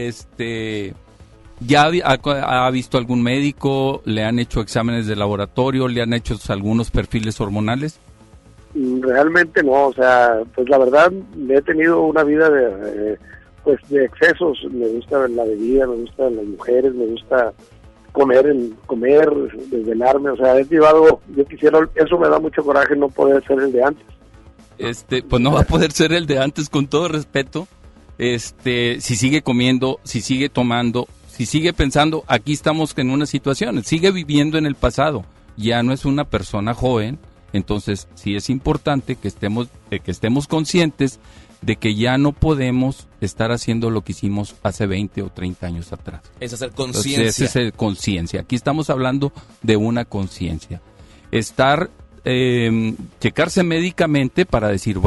Este, ¿ya ha, ha visto algún médico? ¿Le han hecho exámenes de laboratorio? ¿Le han hecho algunos perfiles hormonales? Realmente no, o sea, pues la verdad he tenido una vida de, eh, pues de excesos. Me gusta la bebida, me gustan las mujeres, me gusta comer, en, comer, desvelarme, o sea, he llevado, yo quisiera, eso me da mucho coraje no poder ser el de antes. Este, pues no va a poder ser el de antes, con todo respeto. Este, si sigue comiendo, si sigue tomando, si sigue pensando, aquí estamos en una situación, sigue viviendo en el pasado, ya no es una persona joven. Entonces, sí es importante que estemos, eh, que estemos conscientes de que ya no podemos estar haciendo lo que hicimos hace veinte o treinta años atrás. Es hacer conciencia. Es hacer conciencia. Aquí estamos hablando de una conciencia. Estar, eh, checarse médicamente para decir, bueno,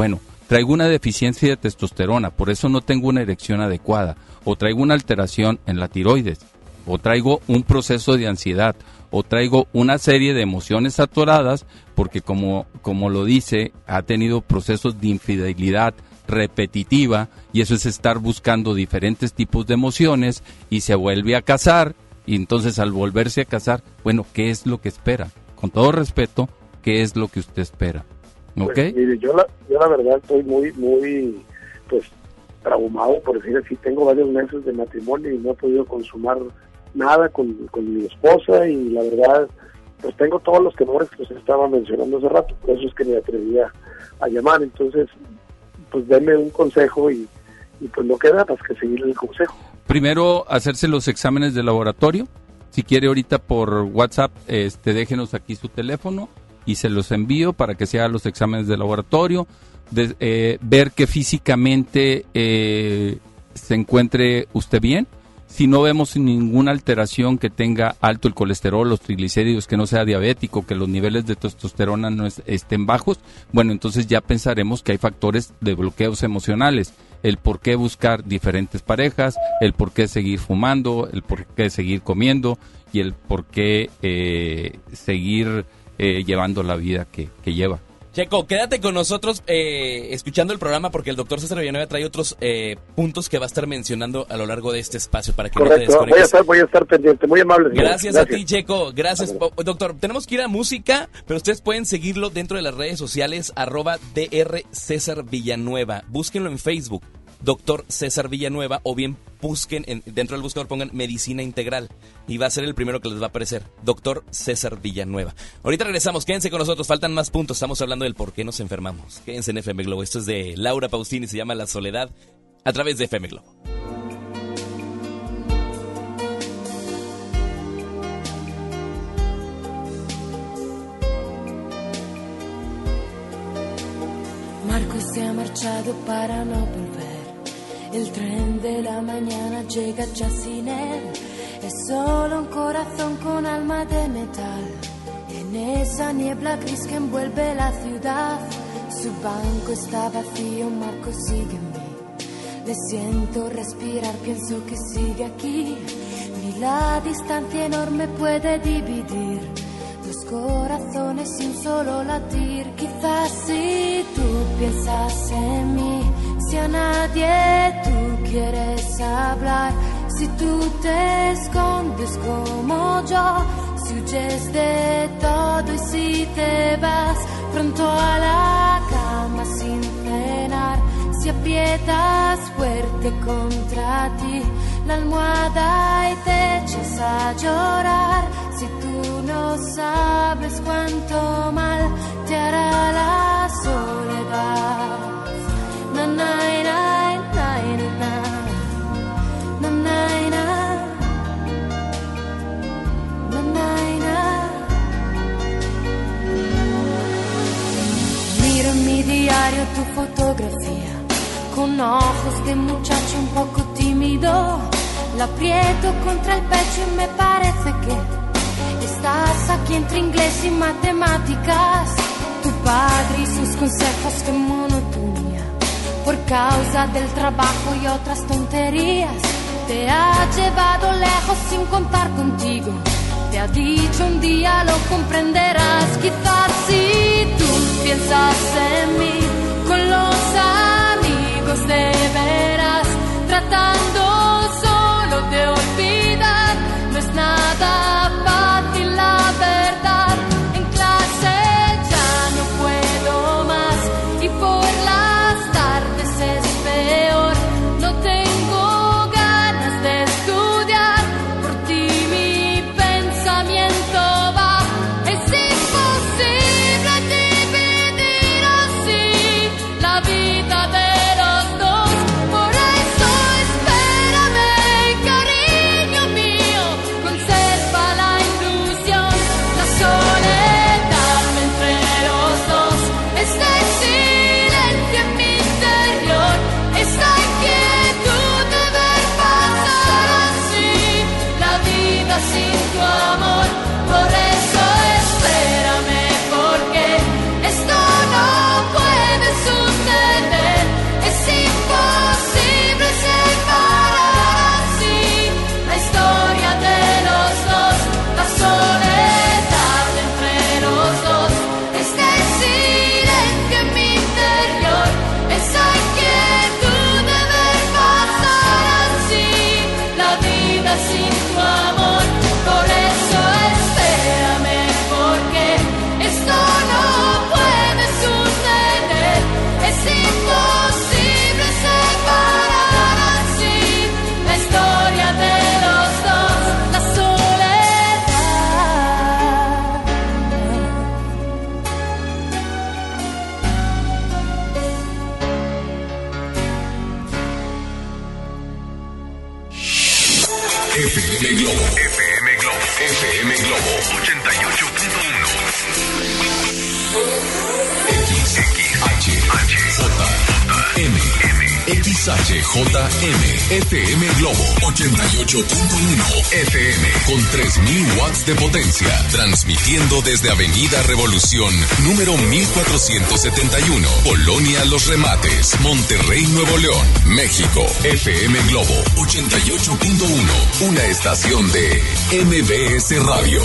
traigo una deficiencia de testosterona, por eso no tengo una erección adecuada, o traigo una alteración en la tiroides, o traigo un proceso de ansiedad, o traigo una serie de emociones atoradas, porque como, como lo dice, ha tenido procesos de infidelidad repetitiva, y eso es estar buscando diferentes tipos de emociones, y se vuelve a casar, y entonces al volverse a casar, bueno, ¿qué es lo que espera? Con todo respeto, ¿qué es lo que usted espera? ¿Ok? Pues, mire, yo la, yo la verdad estoy muy, muy, pues, traumado, por decir así. Tengo varios meses de matrimonio y no he podido consumar nada con, con mi esposa, y la verdad, pues tengo todos los temores que usted estaba mencionando hace rato, por eso es que me atreví a, a llamar. Entonces, pues denme un consejo, y, y pues no queda más que seguir el consejo. Primero, hacerse los exámenes de laboratorio. Si quiere ahorita por WhatsApp, este, déjenos aquí su teléfono y se los envío para que se hagan los exámenes de laboratorio, de, eh, ver que físicamente eh, se encuentre usted bien. Si no vemos ninguna alteración, que tenga alto el colesterol, los triglicéridos, que no sea diabético, que los niveles de testosterona no es, estén bajos, bueno, entonces ya pensaremos que hay factores de bloqueos emocionales. El por qué buscar diferentes parejas, el por qué seguir fumando, el por qué seguir comiendo y el por qué eh, seguir eh, llevando la vida que, que lleva. Checo, quédate con nosotros eh, escuchando el programa, porque el doctor César Villanueva trae otros eh, puntos que va a estar mencionando a lo largo de este espacio para que Correcto, no te desconectes. voy a estar, voy a estar pendiente, muy amable. Gracias, Gracias a ti, Checo. Gracias, po- doctor. Tenemos que ir a música, pero ustedes pueden seguirlo dentro de las redes sociales, arroba doctor César Villanueva. Búsquenlo en Facebook, doctor César Villanueva, o bien busquen en, dentro del buscador, pongan Medicina Integral y va a ser el primero que les va a aparecer, doctor César Villanueva. Ahorita regresamos, quédense con nosotros, faltan más puntos, estamos hablando del por qué nos enfermamos. Quédense en F M Globo, esto es de Laura Pausini, se llama La Soledad, a través de F M Globo. Marco se ha marchado para no volver. El tren de la mañana llega ya sin él. Es solo un corazón con alma de metal. En esa niebla gris que envuelve la ciudad, su banco está vacío, Marco sigue en mí. Le siento respirar, pienso que sigue aquí. Ni la distancia enorme puede dividir dos corazones sin solo latir. Quizás si tú piensas en mí, si a nadie tú quieres hablar, si tú te escondes como yo, si huyes de todo y si te vas pronto a la cama sin cenar, si aprietas fuerte contra ti la almohada y te echas a llorar, si tú no sabes cuánto mal te hará la soledad. Na, na, na, na, na, na, na, na, na, na, na. Miro en mi diario tu fotografía, con ojos de muchacho un poco tímido. La aprieto contra el pecho y me parece que estás aquí entre inglés y matemáticas. Tu padre y sus consejos, qué monotonía. Por causa del trabajo y otras tonterías, te ha llevado lejos sin contar contigo. Te ha dicho un día lo comprenderás. Quizás si tú piensas en mí, con los amigos de veras, tratando solo de olvidar, no es nada fácil la verdad. En clase ya no puedo más y por las tardes es peor. No tengo ganas de estudiar, por ti mi pensamiento va. Es imposible dividir así la vida de los dos. Por eso espero Globo ochenta y ocho punto uno. X, X, H, H, J, M, X H J M, F M Globo ochenta y ocho punto uno F M con tres mil watts de potencia, transmitiendo desde Avenida Revolución, número mil cuatrocientos setenta y uno, Colonia Los Remates, Monterrey, Nuevo León, México. F M Globo ochenta y ocho punto uno, una estación de M B S Radio.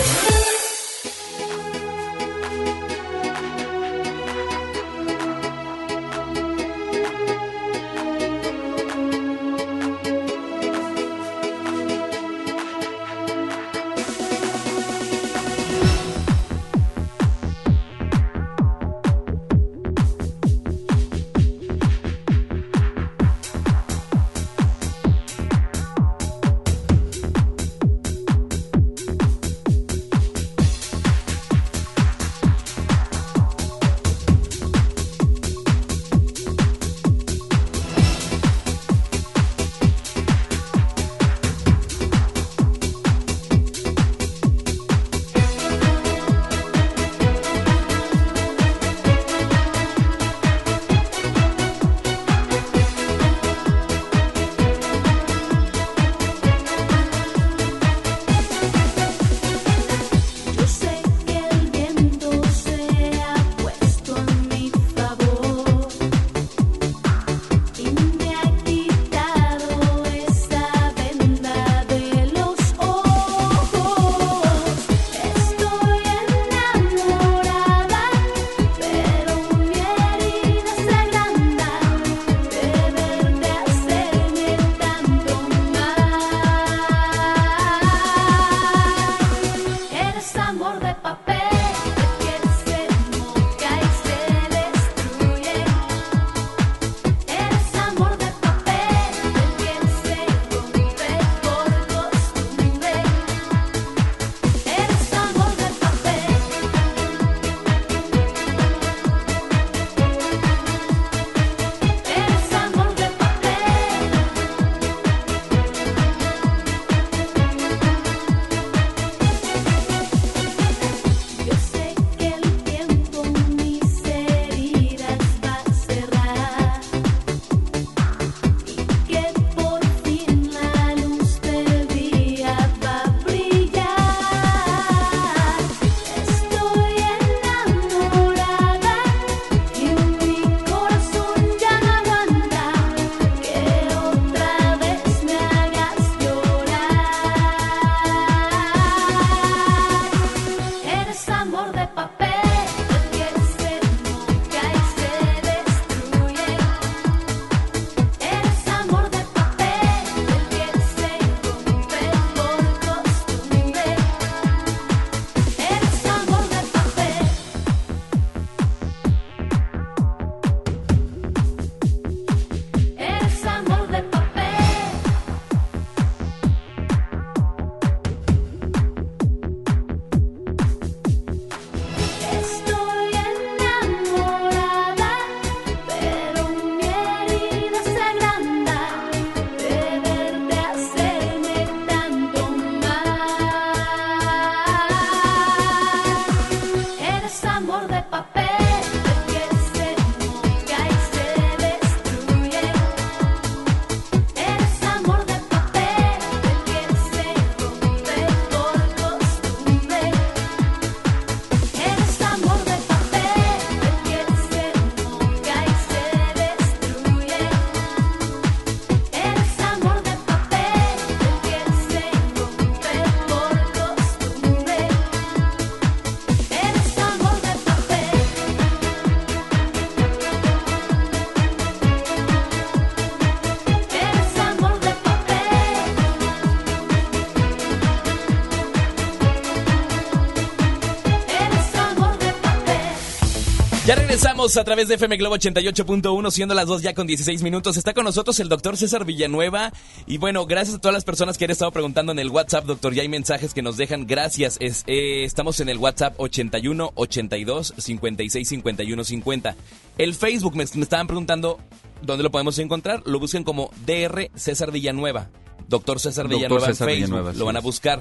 Ya regresamos a través de F M Globo ochenta y ocho punto uno, siendo las dos ya con dieciséis minutos. Está con nosotros el doctor César Villanueva. Y bueno, gracias a todas las personas que han estado preguntando en el WhatsApp, doctor. Ya hay mensajes que nos dejan. Gracias. Es, eh, estamos en el WhatsApp ochenta y uno, ochenta y dos, cincuenta y seis, cincuenta y uno, cincuenta. El Facebook, me, me estaban preguntando dónde lo podemos encontrar. Lo busquen como D R César Villanueva. Doctor César Villanueva en Facebook. Villanueva, lo van a buscar.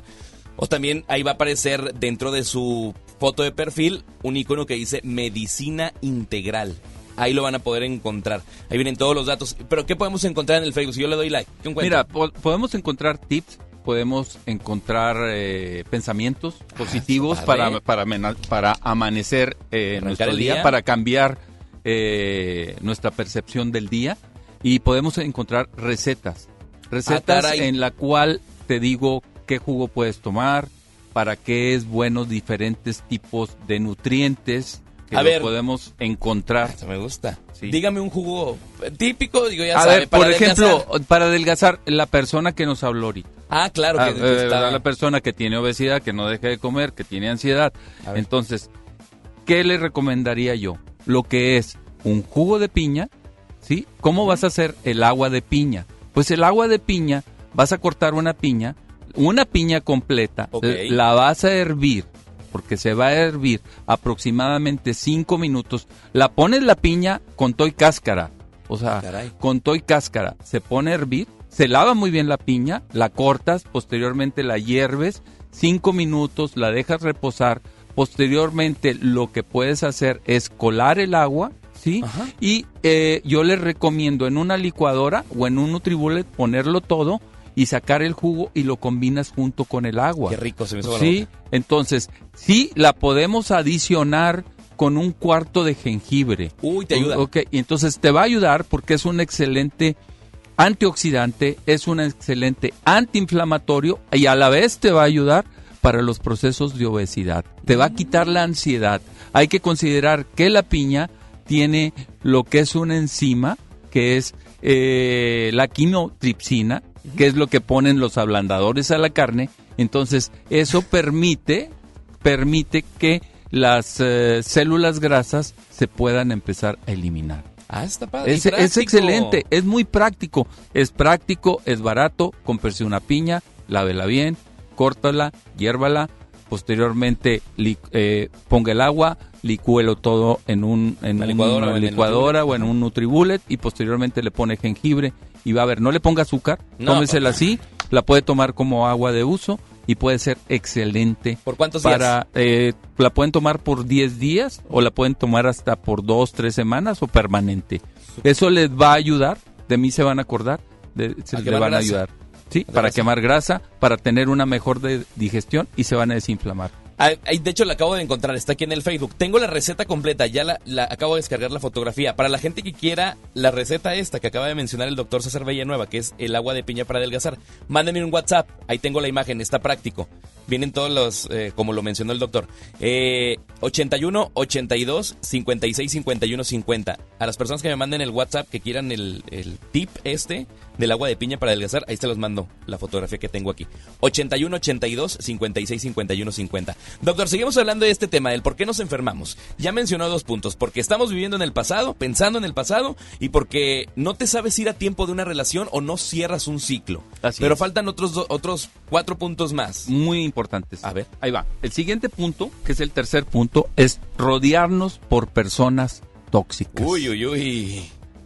O también ahí va a aparecer dentro de su foto de perfil un icono que dice Medicina Integral. Ahí lo van a poder encontrar. Ahí vienen todos los datos. Pero ¿qué podemos encontrar en el Facebook? Si yo le doy like, ¿qué encuentro? Mira, po- podemos encontrar tips, podemos encontrar eh, pensamientos positivos Ah, para, padre. para, mena- para amanecer eh, Arrancar nuestro el día, día. para cambiar eh, nuestra percepción del día. Y podemos encontrar recetas. Recetas Ah, caray. en la cual te digo qué jugo puedes tomar, para qué es buenos diferentes tipos de nutrientes que A lo ver. podemos encontrar. Eso me gusta. Sí. Dígame un jugo típico, digo, ya A sabe, ver, para por ejemplo, adelgazar. para adelgazar, la persona que nos habló ahorita. Ah, claro. Que, Ah, que eh, está- la persona que tiene obesidad, que no deja de comer, que tiene ansiedad. Entonces, ¿qué le recomendaría yo? Lo que es un jugo de piña, ¿sí? ¿Cómo vas a hacer el agua de piña? Pues el agua de piña, vas a cortar una piña, una piña completa, Ok. l- la vas a hervir, porque se va a hervir aproximadamente cinco minutos. La pones la piña con toy cáscara, o sea, Caray. con toy cáscara, se pone a hervir, se lava muy bien la piña, la cortas, posteriormente la hierves, cinco minutos, la dejas reposar, posteriormente lo que puedes hacer es colar el agua, ¿sí? Y eh, yo les recomiendo en una licuadora o en un Nutribullet ponerlo todo y sacar el jugo y lo combinas junto con el agua. Qué rico se me hizo la Sí, boca. entonces, sí la podemos adicionar con un cuarto de jengibre. Uy, te ayuda. Ok, y entonces te va a ayudar porque es un excelente antioxidante, es un excelente antiinflamatorio y a la vez te va a ayudar para los procesos de obesidad. Te va a quitar la ansiedad. Hay que considerar que la piña tiene lo que es una enzima, que es eh, la quinotripsina, que es lo que ponen los ablandadores a la carne. Entonces, eso permite, permite que las eh, células grasas se puedan empezar a eliminar. Ah, está padre. Es, Y es práctico. excelente, es muy práctico, es práctico, es barato, cómprese una piña, lávela bien, córtala, hiérvala, posteriormente li- eh, ponga el agua, licúelo todo en un en La un- licuadora una o en el licuadora o Nutribullet. en un Nutribullet y posteriormente le pone jengibre y va a ver, no le ponga azúcar, No, tómesela papá. así, la puede tomar como agua de uso y puede ser excelente. ¿Por cuántos días? para, eh, la pueden tomar por diez días o la pueden tomar hasta por dos, tres semanas o permanente. Eso les va a ayudar, de mí se van a acordar, de, se A le quemar van a grasa. ayudar. Sí, De para grasa. quemar grasa, para tener una mejor de- digestión y se van a desinflamar. Ah, ahí, de hecho, la acabo de encontrar, está aquí en el Facebook. Tengo la receta completa, ya la, la acabo de descargar la fotografía. Para la gente que quiera la receta esta que acaba de mencionar el doctor César Villanueva, que es el agua de piña para adelgazar, mándenme un WhatsApp, ahí tengo la imagen, está práctico. Vienen todos los, eh, como lo mencionó el doctor. Eh, ochenta y uno, ochenta y dos, cincuenta y seis, cincuenta y uno, cincuenta. A las personas que me manden el WhatsApp que quieran el, el tip este del agua de piña para adelgazar, ahí se los mando la fotografía que tengo aquí. ochenta y uno, ochenta y dos, cincuenta y seis, cincuenta y uno, cincuenta. Doctor, seguimos hablando de este tema, del por qué nos enfermamos. Ya mencionó dos puntos, porque estamos viviendo en el pasado, pensando en el pasado, y porque no te sabes ir a tiempo de una relación o no cierras un ciclo. Así Pero es. faltan otros, do- otros cuatro puntos más. Muy importantes. A ver. Ahí va. El siguiente punto, que es el tercer punto, es rodearnos por personas tóxicas. Uy, uy, uy.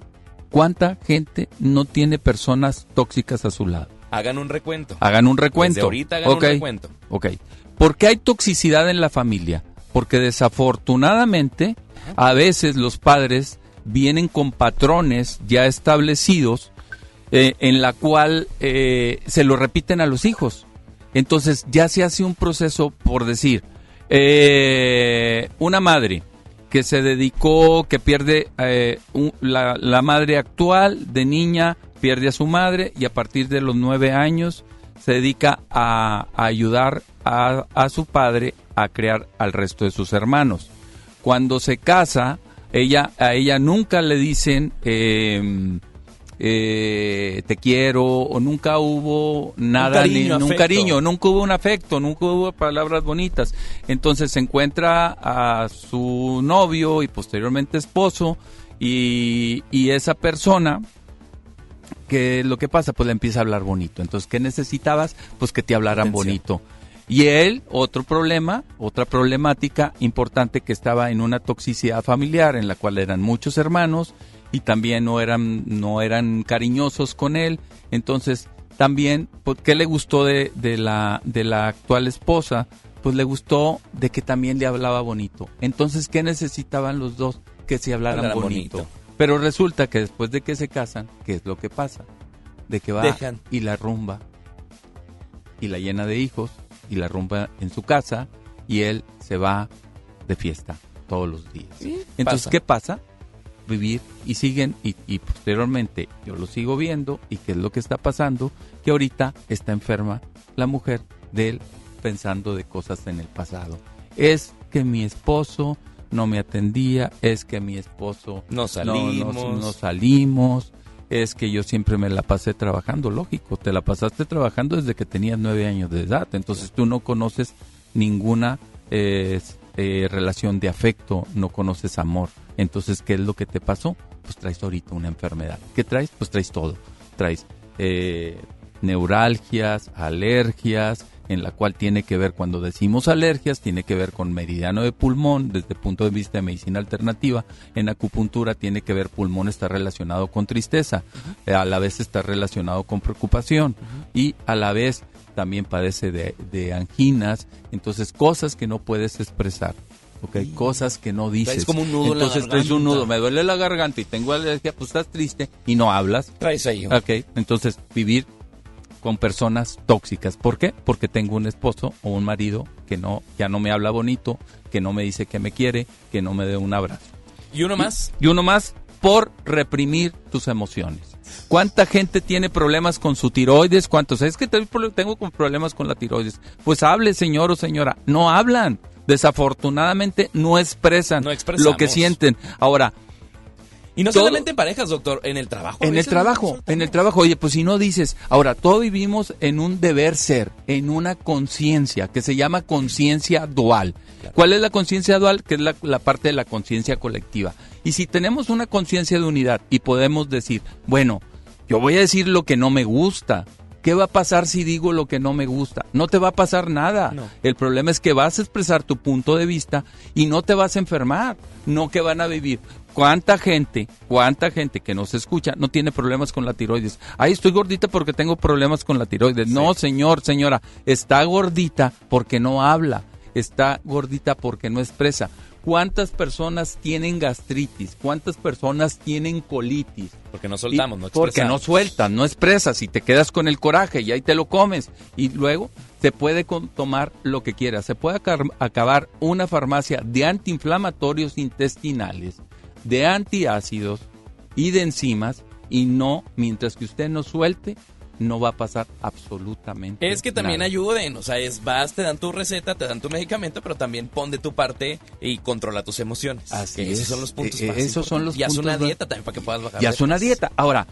¿Cuánta gente no tiene personas tóxicas a su lado? Hagan un recuento. Hagan un recuento. Desde ahorita hagan Ok, un recuento. Ok. ¿Por qué hay toxicidad en la familia? Porque desafortunadamente a veces los padres vienen con patrones ya establecidos eh, en la cual eh, se lo repiten a los hijos. Entonces ya se hace un proceso, por decir, eh, una madre que se dedicó, que pierde eh, un- la, la madre actual de niña, pierde a su madre y a partir de los nueve años se dedica a, a ayudar a, a su padre a crear al resto de sus hermanos. Cuando se casa, ella a ella nunca le dicen eh, eh, te quiero o nunca hubo nada, cariño, ni, un afecto. cariño, nunca hubo un afecto, nunca hubo palabras bonitas. Entonces se encuentra a su novio y posteriormente esposo y, y esa persona, ¿qué es lo que pasa? Pues le empieza a hablar bonito. Entonces, ¿qué necesitabas? Pues que te hablaran Atención. bonito. Y él, otro problema, otra problemática importante, que estaba en una toxicidad familiar en la cual eran muchos hermanos y también no eran, no eran cariñosos con él. Entonces también, pues, ¿qué le gustó de, de, la, de la actual esposa? Pues le gustó de que también le hablaba bonito. Entonces, ¿qué necesitaban los dos? Que se hablaran Hablaran bonito. bonito. Pero resulta que después de que se casan, ¿qué es lo que pasa? De que va Dejan. y la rumba, y la llena de hijos, y la rumba en su casa, y él se va de fiesta todos los días. Sí, Entonces, pasa. ¿qué pasa? Vivir y siguen, y, y posteriormente yo lo sigo viendo, y qué es lo que está pasando, que ahorita está enferma la mujer de él pensando de cosas en el pasado. Es que mi esposo no me atendía, es que mi esposo No salimos. no, no, no salimos, es que yo siempre me la pasé trabajando. Lógico, te la pasaste trabajando desde que tenías nueve años de edad, entonces tú no conoces ninguna eh, eh, relación de afecto, no conoces amor. Entonces, ¿qué es lo que te pasó? Pues traes ahorita una enfermedad. ¿Qué traes? Pues traes todo. Traes eh, neuralgias, alergias, en la cual tiene que ver, cuando decimos alergias, tiene que ver con meridiano de pulmón, desde el punto de vista de medicina alternativa. En acupuntura tiene que ver, pulmón está relacionado con tristeza, uh-huh. a la vez está relacionado con preocupación, uh-huh. y a la vez también padece de, de anginas, entonces cosas que no puedes expresar. Okay, cosas que no dices. Traes como un nudo Entonces en la traes un garganta. nudo, me duele la garganta y tengo alergia, pues estás triste y no hablas. Traes ahí. Ok, entonces vivir con personas tóxicas. ¿Por qué? Porque tengo un esposo o un marido que no, ya no me habla bonito, que no me dice que me quiere, que no me dé un abrazo. ¿Y uno más? Y, y uno más por reprimir tus emociones. ¿Cuánta gente tiene problemas con su tiroides? ¿Cuántos? Es que tengo problemas con la tiroides. Pues hable, señor o señora. No hablan. Desafortunadamente no expresan no expresamos. lo que sienten. Ahora, y no todo, solamente en parejas, doctor, en el trabajo. En el trabajo, en el trabajo. Oye, pues si no dices, ahora, todos vivimos en un deber ser, en una conciencia que se llama conciencia dual. Claro. ¿Cuál es la conciencia dual? Que es la, la parte de la conciencia colectiva. Y si tenemos una conciencia de unidad y podemos decir, bueno, yo voy a decir lo que no me gusta. ¿Qué va a pasar si digo lo que no me gusta? No te va a pasar nada. No. El problema es que vas a expresar tu punto de vista y no te vas a enfermar, no que van a vivir. ¿Cuánta gente, cuánta gente que nos escucha no tiene problemas con la tiroides? Ay, estoy gordita porque tengo problemas con la tiroides. Sí. No, señor, señora, está gordita porque no habla, está gordita porque no expresa. ¿Cuántas personas tienen gastritis? ¿Cuántas personas tienen colitis? Porque no soltamos, y no expresamos. Porque no sueltas, no expresas y te quedas con el coraje y ahí te lo comes. Y luego se puede tomar lo que quieras. Se puede acabar una farmacia de antiinflamatorios intestinales, de antiácidos y de enzimas, y no, mientras que usted no suelte, no va a pasar absolutamente Es que también nada. ayuden, o sea, es vas, te dan tu receta, te dan tu medicamento, pero también pon de tu parte y controla tus emociones. Así que es. Esos son los puntos eh, más esos son los Y haz puntos una más... dieta también para que puedas bajar. Y haz una dieta. Ahora,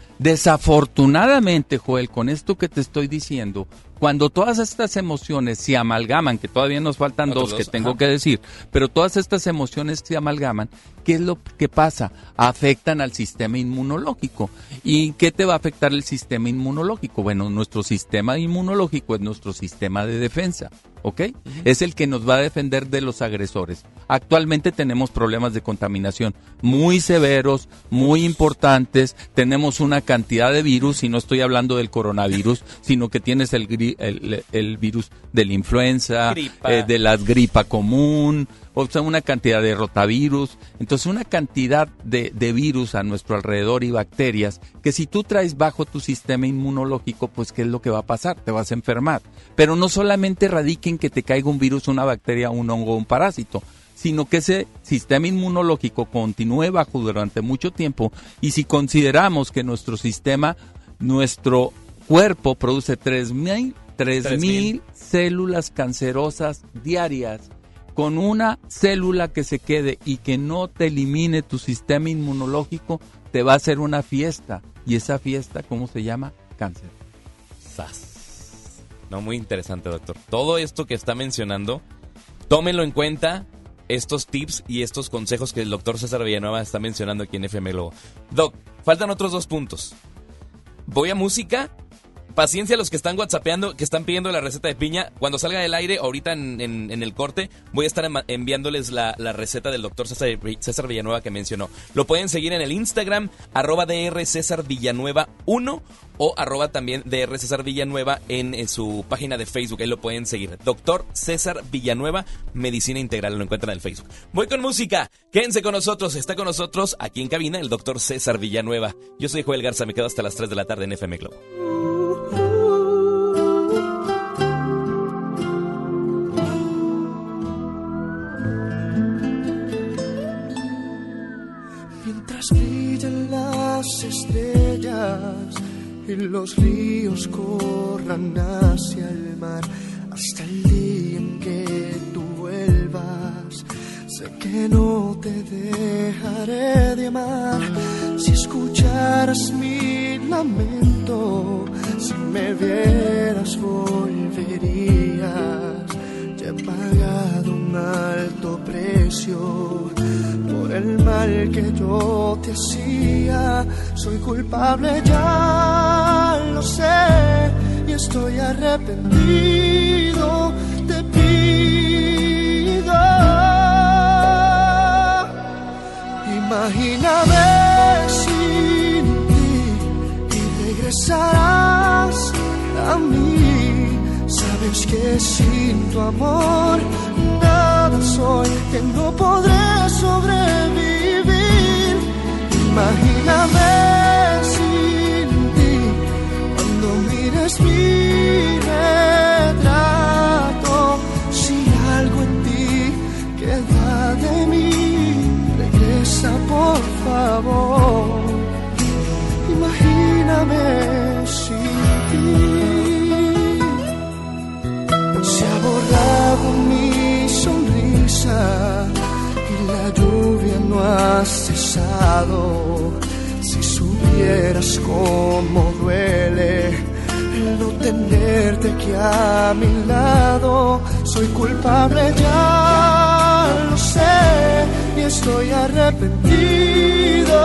desafortunadamente, Joel, con esto que te estoy diciendo, cuando todas estas emociones se amalgaman, que todavía nos faltan Otros dos que dos, tengo ajá. que decir, pero todas estas emociones se amalgaman, ¿qué es lo que pasa? Afectan al sistema inmunológico. ¿Y qué te va a afectar el sistema inmunológico? Bueno, nuestro sistema inmunológico es nuestro sistema de defensa, ¿ok? Uh-huh. Es el que nos va a defender de los agresores. Actualmente tenemos problemas de contaminación muy severos, muy importantes. Tenemos una cantidad de virus, y no estoy hablando del coronavirus, sino que tienes el, gri- el, el virus de la influenza, eh, de la gripa común, o sea, una cantidad de rotavirus. Entonces, una cantidad de, de virus a nuestro alrededor y bacterias que si tú traes bajo tu sistema inmunológico, pues ¿qué es lo que va a pasar? Te vas a enfermar. Pero no solamente radica en que te caiga un virus, una bacteria, un hongo, un parásito, sino que ese sistema inmunológico continúe bajo durante mucho tiempo. Y si consideramos que nuestro sistema, nuestro cuerpo produce tres mil células cancerosas diarias, con una célula que se quede y que no te elimine tu sistema inmunológico, te va a hacer una fiesta. Y esa fiesta, ¿cómo se llama? Cáncer. Sas. No, muy interesante, doctor. Todo esto que está mencionando, tómenlo en cuenta, estos tips y estos consejos que el doctor César Villanueva está mencionando aquí en F M Globo. Doc, faltan otros dos puntos. Voy a música, paciencia a los que están whatsappeando, que están pidiendo la receta de piña. Cuando salga del aire, ahorita en, en, en el corte, voy a estar enviándoles la, la receta del doctor César, César Villanueva que mencionó. Lo pueden seguir en el Instagram, arroba DR César Villanueva uno, o arroba también DR César Villanueva en, en su página de Facebook. Ahí lo pueden seguir. Doctor César Villanueva, Medicina Integral, lo encuentran en el Facebook. Voy con música. Quédense con nosotros. Está con nosotros aquí en cabina el doctor César Villanueva. Yo soy Joel Garza. Me quedo hasta las tres de la tarde en F M Globo. Mientras brillan las estrellas y los ríos corran hacia el mar, hasta el día en que tú vuelvas, sé que no te dejaré de amar. Si escucharas mi lamento, si me vieras volverías. Ya he pagado un alto precio por el mal que yo te hacía. Soy culpable, ya lo sé, y estoy arrepentido. Te pido, imagíname sin ti y regresarás a mí. Sabes que sin tu amor nada soy, que no podré sobrevivir. Imagíname sin ti, cuando mires mi retrato. Si algo en ti queda de mí, regresa por favor. Imagíname sin ti. Se ha borrado mi sonrisa y la lluvia no ha cesado. Si supieras cómo duele el no tenerte aquí a mi lado. Soy culpable, ya lo sé, y estoy arrepentido.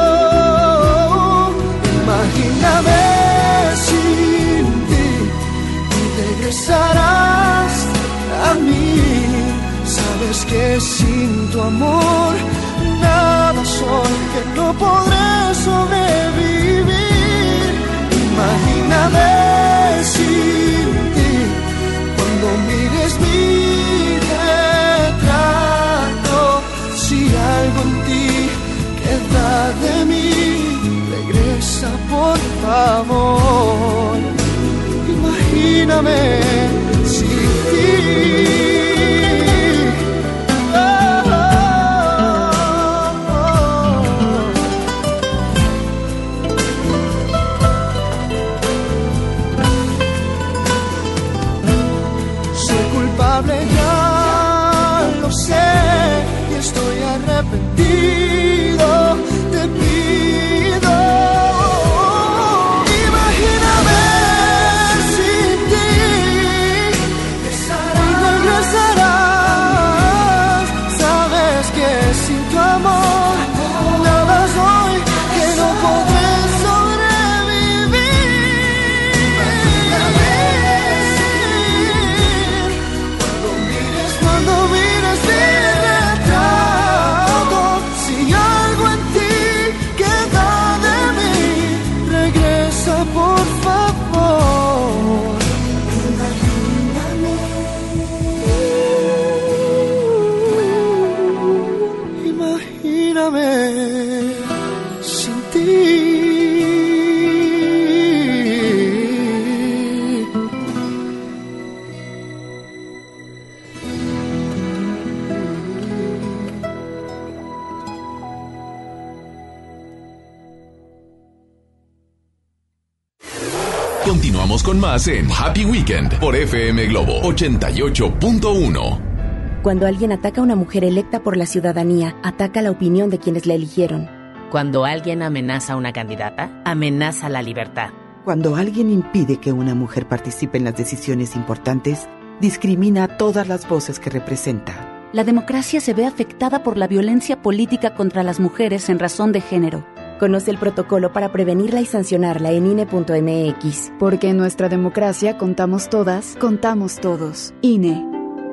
Imagíname sin ti y regresarás a mí. Sabes que sin tu amor nada soy, que no podré sobrevivir. Imagíname sin ti, cuando mires mi retrato. Si algo en ti queda de mí, regresa por favor. Imagíname sin ti. Ya lo sé y estoy arrepentido. Te pido, imagíname sin ti y regresarás. Sabes que sin tu amor nada soy, que no podré sobrevivir. Cuando mires mi retrato, si algo en ti queda de mí, regresa por favor. Imagíname sin ti. Continuamos con más en Happy Weekend por F M Globo ochenta y ocho punto uno. Cuando alguien ataca a una mujer electa por la ciudadanía, ataca la opinión de quienes la eligieron. Cuando alguien amenaza a una candidata, amenaza la libertad. Cuando alguien impide que una mujer participe en las decisiones importantes, discrimina a todas las voces que representa. La democracia se ve afectada por la violencia política contra las mujeres en razón de género. Conoce el protocolo para prevenirla y sancionarla en I N E punto M X. Porque en nuestra democracia contamos todas, contamos todos. I N E.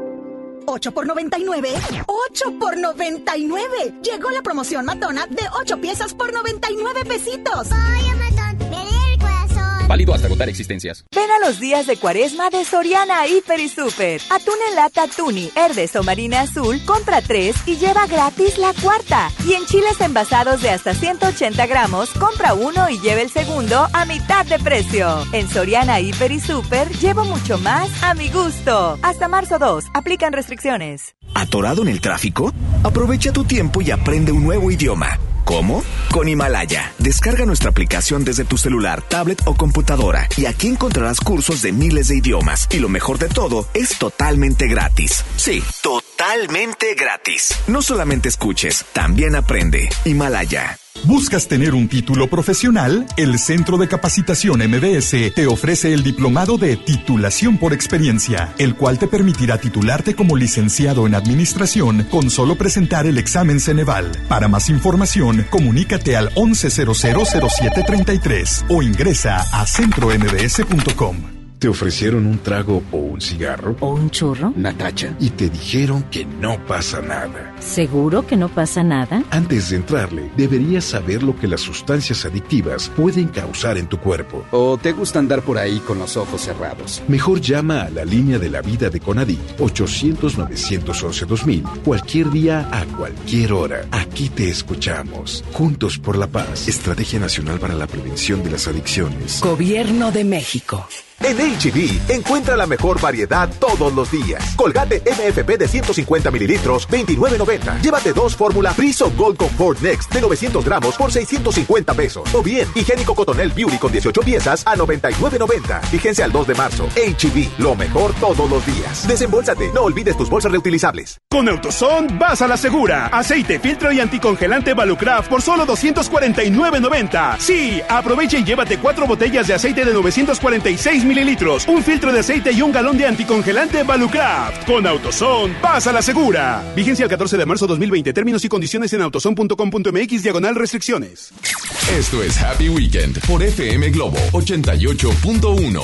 ¿ocho por noventa y nueve? ¡ocho por noventa y nueve! Llegó la promoción matona de ocho piezas por noventa y nueve pesitos. ¡Ay, matón! ¡Me lee el corazón! Válido hasta agotar existencias. Ven a los días de Cuaresma de Soriana Hiper y Super. Atún en lata Tuni, Herdes o Marina Azul, compra tres y lleva gratis la cuarta. Y en chiles envasados de hasta ciento ochenta gramos, compra uno y lleva el segundo a mitad de precio. En Soriana Hiper y Super, llevo mucho más a mi gusto. Hasta marzo dos, aplican restricciones. ¿Atorado en el tráfico? Aprovecha tu tiempo y aprende un nuevo idioma. ¿Cómo? Con Himalaya. Descarga nuestra aplicación desde tu celular, tablet o computadora y aquí encontrarás cursos de miles de idiomas. Y lo mejor de todo, es totalmente gratis. Sí, totalmente gratis. No solamente escuches, también aprende. Himalaya. ¿Buscas tener un título profesional? El Centro de Capacitación M B S te ofrece el diplomado de titulación por experiencia, el cual te permitirá titularte como licenciado en administración con solo presentar el examen Ceneval. Para más información, comunícate al once cero cero cero siete treinta y tres o ingresa a centro m b s punto com. ¿Te ofrecieron un trago o un cigarro? ¿O un churro? Natacha. Y te dijeron que no pasa nada. ¿Seguro que no pasa nada? Antes de entrarle, deberías saber lo que las sustancias adictivas pueden causar en tu cuerpo. ¿O te gusta andar por ahí con los ojos cerrados? Mejor llama a la línea de la vida de Conadic, ochocientos, novecientos once, dos mil, cualquier día, a cualquier hora. Aquí te escuchamos. Juntos por la paz. Estrategia Nacional para la Prevención de las Adicciones. Gobierno de México. En H E B, encuentra la mejor variedad todos los días. Colgate M F P de ciento cincuenta mililitros, veintinueve noventa. Llévate dos fórmula Friso Gold Comfort Next de novecientos gramos por seiscientos cincuenta pesos. O bien, higiénico Cotonel Beauty con dieciocho piezas a noventa y nueve noventa. Vigencia al dos de marzo. H E B, lo mejor todos los días. Desembolsate, no olvides tus bolsas reutilizables. Con AutoZone vas a la segura. Aceite, filtro y anticongelante Valucraft por solo doscientos cuarenta y nueve noventa. Sí, aprovecha y llévate cuatro botellas de aceite de novecientos cuarenta y seis mililitros, un filtro de aceite y un galón de anticongelante Valucraft. Con AutoZone vas a la segura. Vigencia el catorce de marzo dos mil veinte. Términos y condiciones en autozone punto com punto m x diagonal restricciones. Esto es Happy Weekend por F M Globo ochenta y ocho punto uno.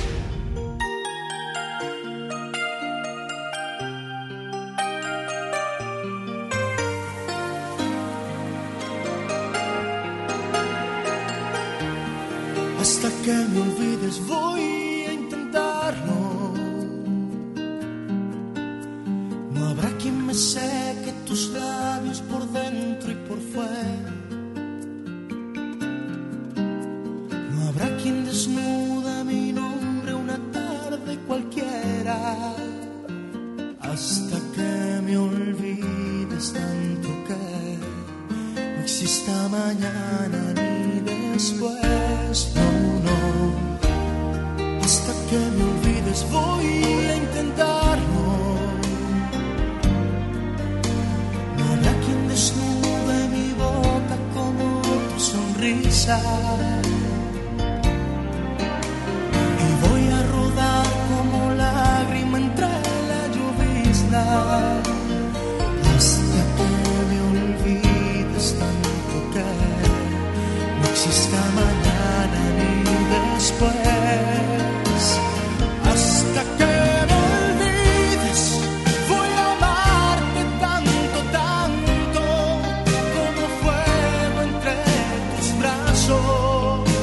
Hasta que me olvides voy a intentarlo. No habrá quien me seque tus labios por dentro y por fuera. No habrá quien desnuda mi nombre una tarde cualquiera. Hasta que me olvides tanto que no exista mañana ni después. No, no. Hasta que me olvides voy a intentarlo. No habrá quien desnude mi boca como tu sonrisa. Y voy a rodar como lágrima entre la llovizna. Hasta que me olvides tanto que no exista mañana ni después. Hasta que me olvides voy a amarte tanto, tanto como fuego entre tus brazos.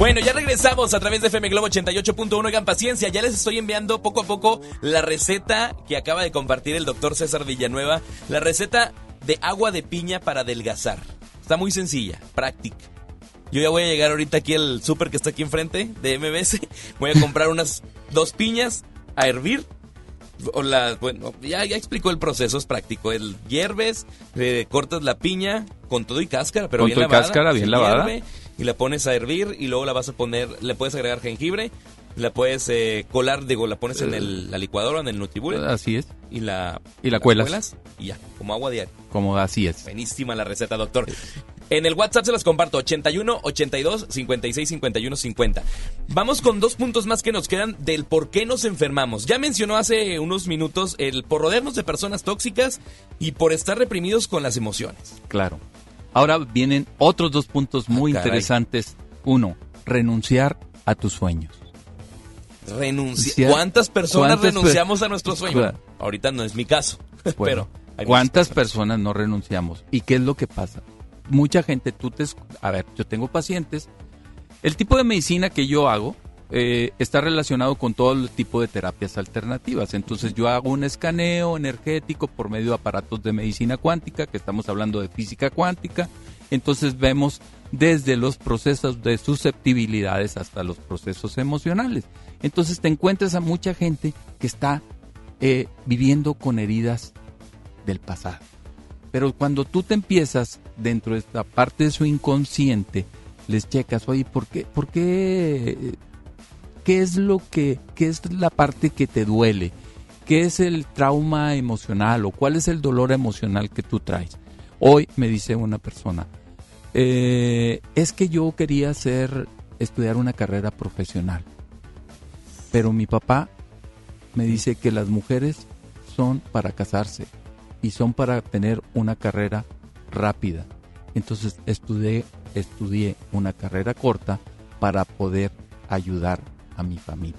Bueno, ya regresamos a través de F M Globo ochenta y ocho punto uno. Hagan paciencia, ya les estoy enviando poco a poco la receta que acaba de compartir el doctor César Villanueva. La receta de agua de piña para adelgazar. Está muy sencilla, práctica. Yo ya voy a llegar ahorita aquí al súper que está aquí enfrente de M B S. Voy a comprar unas dos piñas a hervir. O la, bueno, ya, ya explicó el proceso, es práctico. El hierves, eh, cortas la piña con todo y cáscara, pero con bien todo y lavada. Cáscara, bien lavada. Hierve, y la pones a hervir y luego la vas a poner, le puedes agregar jengibre, la puedes eh, colar, digo, la pones en el, la licuadora, en el Nutribullet. Así es. Y la, y la, la cuelas. cuelas. Y ya, como agua diaria. Como así es. Buenísima la receta, doctor. En el WhatsApp se las comparto, ochenta y uno, ochenta y dos, cincuenta y seis, cincuenta y uno, cincuenta. Vamos con dos puntos más que nos quedan del por qué nos enfermamos. Ya mencionó hace unos minutos el por rodearnos de personas tóxicas y por estar reprimidos con las emociones. Claro. Ahora vienen otros dos puntos muy ah, interesantes. Uno, renunciar a tus sueños. Renunciar. ¿Cuántas personas ¿Cuántas renunciamos per- a nuestros sueños? Claro. Ahorita no es mi caso, bueno, pero ¿cuántas personas no renunciamos? ¿Y qué es lo que pasa? Mucha gente, tú te... A ver, yo tengo pacientes. El tipo de medicina que yo hago eh, está relacionado con todo el tipo de terapias alternativas. Entonces yo hago un escaneo energético por medio de aparatos de medicina cuántica, que estamos hablando de física cuántica. Entonces vemos desde los procesos de susceptibilidades hasta los procesos emocionales. Entonces te encuentras a mucha gente que está eh, viviendo con heridas del pasado. Pero cuando tú te empiezas dentro de esta parte de su inconsciente, les checas, oye, ¿por qué? ¿Por qué? ¿Qué es lo que, qué es la parte que te duele? ¿Qué es el trauma emocional o cuál es el dolor emocional que tú traes? Hoy me dice una persona, eh, es que yo quería hacer, estudiar una carrera profesional, pero mi papá me dice que las mujeres son para casarse y son para tener una carrera rápida. Entonces estudié, estudié una carrera corta para poder ayudar a mi familia.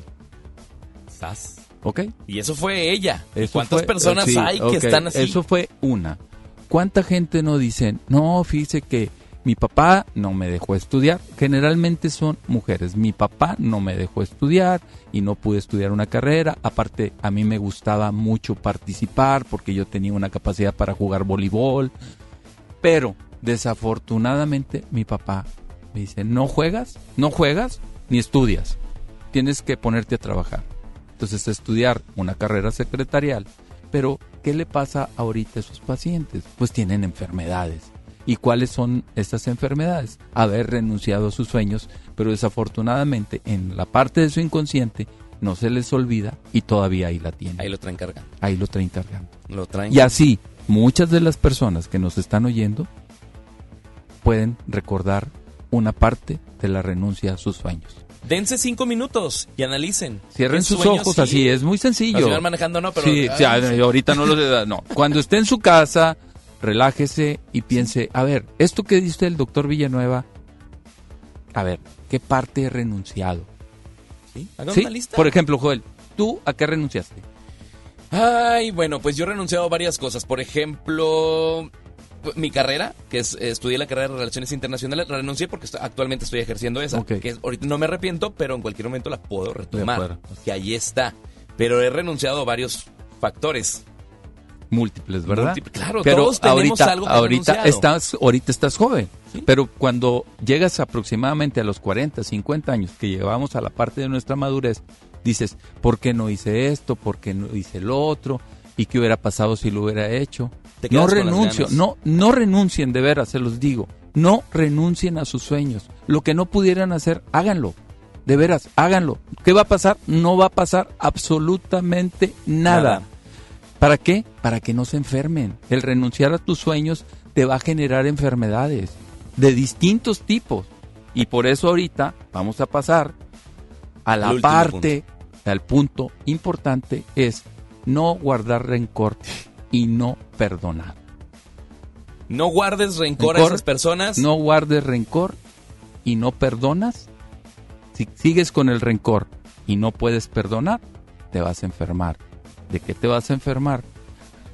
¿Sas? ¿Ok? Y eso fue ella. Eso ¿Cuántas fue, personas sí, hay okay. que están así? Eso fue una. ¿Cuánta gente no dicen, no, fíjese que mi papá no me dejó estudiar? Generalmente son mujeres. Mi papá no me dejó estudiar y no pude estudiar una carrera. Aparte, a mí me gustaba mucho participar porque yo tenía una capacidad para jugar voleibol. Pero, desafortunadamente, mi papá me dice, no juegas, no juegas ni estudias. Tienes que ponerte a trabajar. Entonces, estudiar una carrera secretarial. Pero, ¿qué le pasa ahorita a esos pacientes? Pues tienen enfermedades. ¿Y cuáles son estas enfermedades? Haber renunciado a sus sueños, pero desafortunadamente en la parte de su inconsciente no se les olvida y todavía ahí la tienen. Ahí lo traen cargando. Ahí lo traen cargando. Lo traen y así, muchas de las personas que nos están oyendo pueden recordar una parte de la renuncia a sus sueños. Dense cinco minutos y analicen. Cierren sus sueños, ojos, sí. Así es, muy sencillo. Al manejando no, pero... Sí, sí, ahorita no lo... No. Cuando esté en su casa, relájese y piense, a ver, esto que dice el doctor Villanueva, a ver, ¿qué parte he renunciado? Sí, hagan ¿Sí? una lista. Por ejemplo, Joel, ¿tú a qué renunciaste? Ay, bueno, pues yo he renunciado a varias cosas. Por ejemplo, mi carrera, que es estudié la carrera de Relaciones Internacionales, la renuncié porque actualmente estoy ejerciendo esa. Okay. Que ahorita no me arrepiento, pero en cualquier momento la puedo retomar. Que ahí está. Pero he renunciado a varios factores. Múltiples, ¿verdad? Múltiples, claro, pero todos tenemos ahorita, algo que ahorita estás, ahorita estás joven, ¿sí? Pero cuando llegas aproximadamente a los cuarenta, cincuenta años, que llegamos a la parte de nuestra madurez, dices, ¿por qué no hice esto? ¿Por qué no hice lo otro? ¿Y qué hubiera pasado si lo hubiera hecho? No renuncio, no, no renuncien, de veras, se los digo, no renuncien a sus sueños. Lo que no pudieran hacer, háganlo. De veras, háganlo. ¿Qué va a pasar? No va a pasar absolutamente nada. nada. ¿Para qué? Para que no se enfermen. El renunciar a tus sueños te va a generar enfermedades de distintos tipos. Y por eso ahorita vamos a pasar a la parte, punto. al punto importante es no guardar rencor y no perdonar. No guardes rencor, rencor a esas personas. No guardes rencor y no perdonas. Si sigues con el rencor y no puedes perdonar, te vas a enfermar. ¿De qué te vas a enfermar?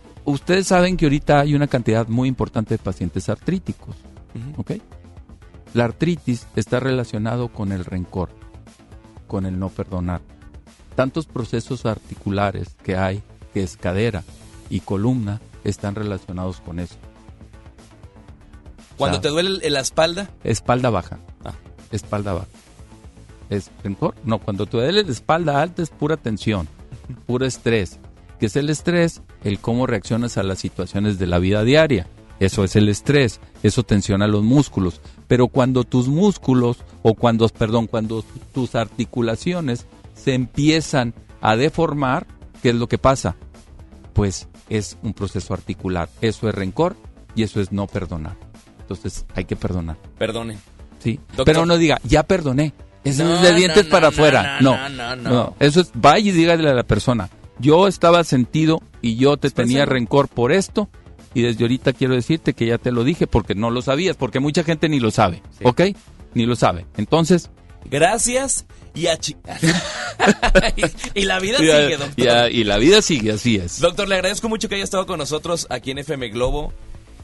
Ustedes saben que ahorita hay una cantidad muy importante de pacientes artríticos, uh-huh. ¿ok? La artritis está relacionado con el rencor, con el no perdonar. Tantos procesos articulares que hay, que es cadera y columna, están relacionados con eso. ¿Cuando o sea, te duele la espalda? Espalda baja. Ah. Espalda baja. ¿Es rencor? No, cuando te duele la espalda alta es pura tensión, puro estrés. ¿Qué es el estrés? El cómo reaccionas a las situaciones de la vida diaria. Eso es el estrés, eso tensiona los músculos. Pero cuando tus músculos, o cuando, perdón, cuando tus articulaciones se empiezan a deformar, ¿qué es lo que pasa? Pues es un proceso articular. Eso es rencor y eso es no perdonar. Entonces hay que perdonar. Perdone. Sí, Doctor. pero no diga, ya perdoné. Eso No, es de dientes no, para no, afuera. no, No no, no, no, no. Eso es, vaya y dígale a la persona, yo estaba sentido y yo te Exprésalo. tenía rencor por esto, y desde ahorita quiero decirte que ya te lo dije porque no lo sabías, porque mucha gente ni lo sabe, Sí. ¿ok? Ni lo sabe. Entonces... Gracias y a chi- y, y la vida ya- sigue, doctor. ya- y la vida sigue, así es. Doctor, le agradezco mucho que haya estado con nosotros aquí en F M Globo.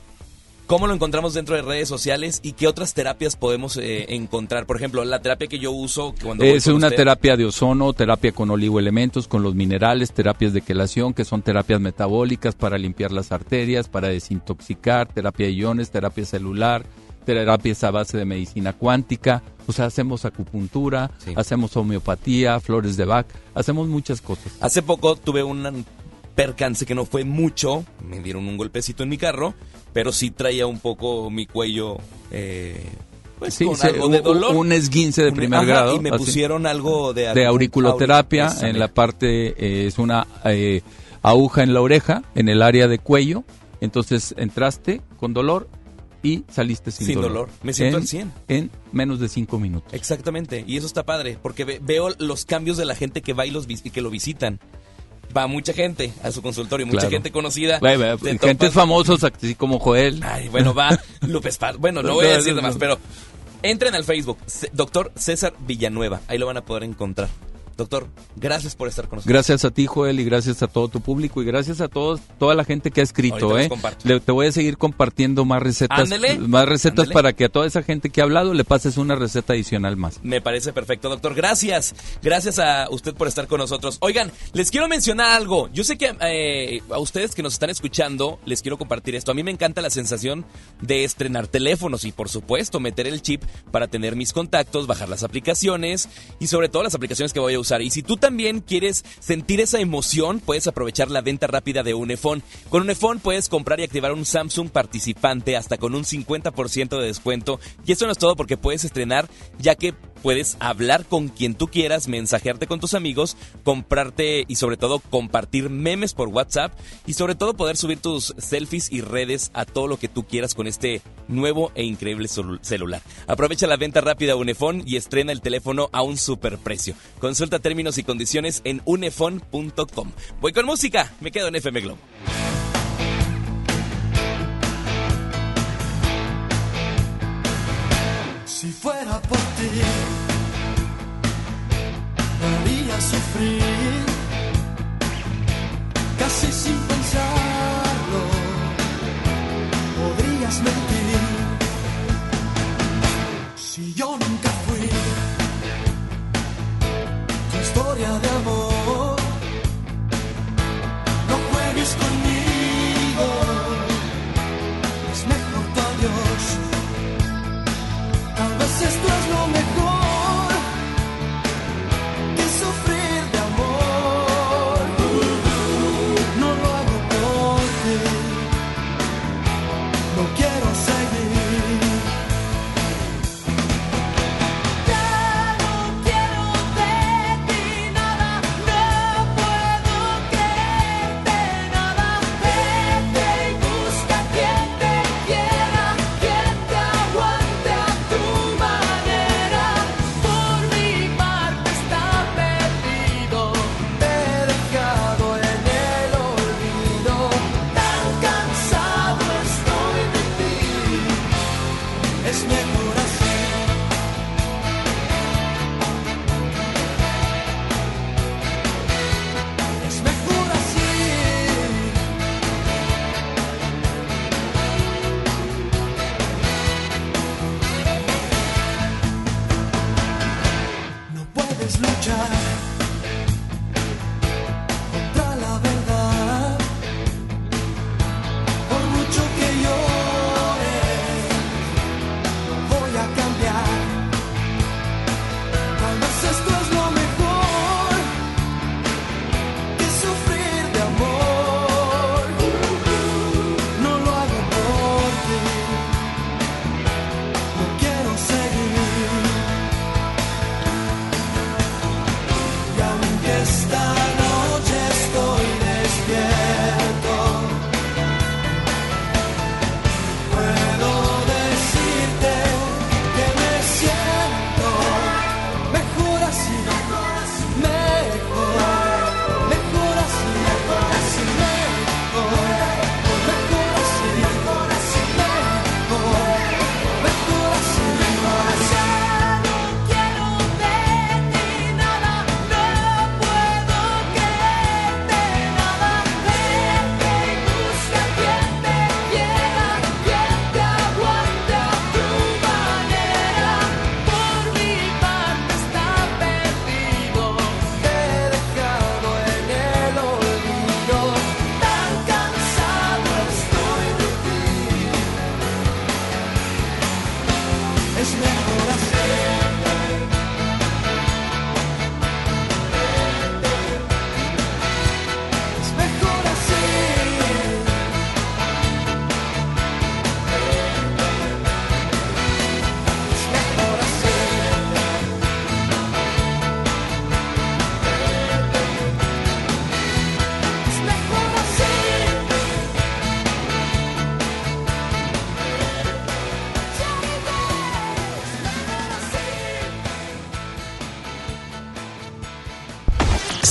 ¿Cómo lo encontramos dentro de redes sociales y qué otras terapias podemos eh, encontrar? Por ejemplo, la terapia que yo uso cuando voy Es con una usted. terapia de ozono, terapia con oligoelementos, con los minerales, terapias de quelación, que son terapias metabólicas para limpiar las arterias, para desintoxicar, terapia de iones, terapia celular, terapias a base de medicina cuántica. O sea, hacemos acupuntura, Sí. hacemos homeopatía, flores de Bach, hacemos muchas cosas. Hace poco tuve un percance que no fue mucho, me dieron un golpecito en mi carro, pero sí traía un poco mi cuello eh, pues Sí, con se- algo de un- dolor. un esguince de Un- primer ajá, grado, y me así. pusieron algo de... De auriculoterapia, Auri- en la parte, eh, es una eh, aguja en la oreja, en el área de cuello. Entonces entraste con dolor y saliste sin, Sin dolor. dolor. Me siento en, al cien. En menos de cinco minutos. Exactamente, y eso está padre, porque ve- veo los cambios de la gente que va y, los, vis- y que lo visitan. Va mucha gente a su consultorio, mucha Claro. gente conocida. Ve, ve, Te gente topas- famosos, así como Joel. Ay, bueno, va Lupe Esparza. Bueno, no voy a decir No, no, más, no. pero entren al Facebook, C- doctor César Villanueva, ahí lo van a poder encontrar. Doctor, gracias por estar con nosotros. Gracias a ti, Joel, y gracias a todo tu público, y gracias a todos, toda la gente que ha escrito, Ahorita los ¿eh? comparto. Le- te voy a seguir compartiendo más recetas, Ándele, más recetas ándele. para que a toda esa gente que ha hablado le pases una receta adicional más. Me parece perfecto, doctor. Gracias. Gracias a usted por estar con nosotros. Oigan, les quiero mencionar algo. Yo sé que eh, a ustedes que nos están escuchando, les quiero compartir esto. A mí me encanta la sensación de estrenar teléfonos y, por supuesto, meter el chip para tener mis contactos, bajar las aplicaciones y, sobre todo, las aplicaciones que voy a usar. Y si tú también quieres sentir esa emoción, puedes aprovechar la venta rápida de Unifón. Con Unifón puedes comprar y activar un Samsung participante hasta con un cincuenta por ciento de descuento. Y eso no es todo, porque puedes estrenar, ya que puedes hablar con quien tú quieras, mensajearte con tus amigos, comprarte y sobre todo compartir memes por WhatsApp y sobre todo poder subir tus selfies y redes a todo lo que tú quieras con este nuevo e increíble celu- celular. Aprovecha la venta rápida Unifón y estrena el teléfono a un superprecio. Consulta términos y condiciones en unifón punto com. Voy con música, me quedo en F M Globo. Si fuera por ti, me haría sufrir, casi sin pensarlo, podrías mentir. Si yo nunca fui tu historia de amor, no juegues conmigo, es mejor tu adiós. Tal vez esto es lo mejor que sufrir de amor. No lo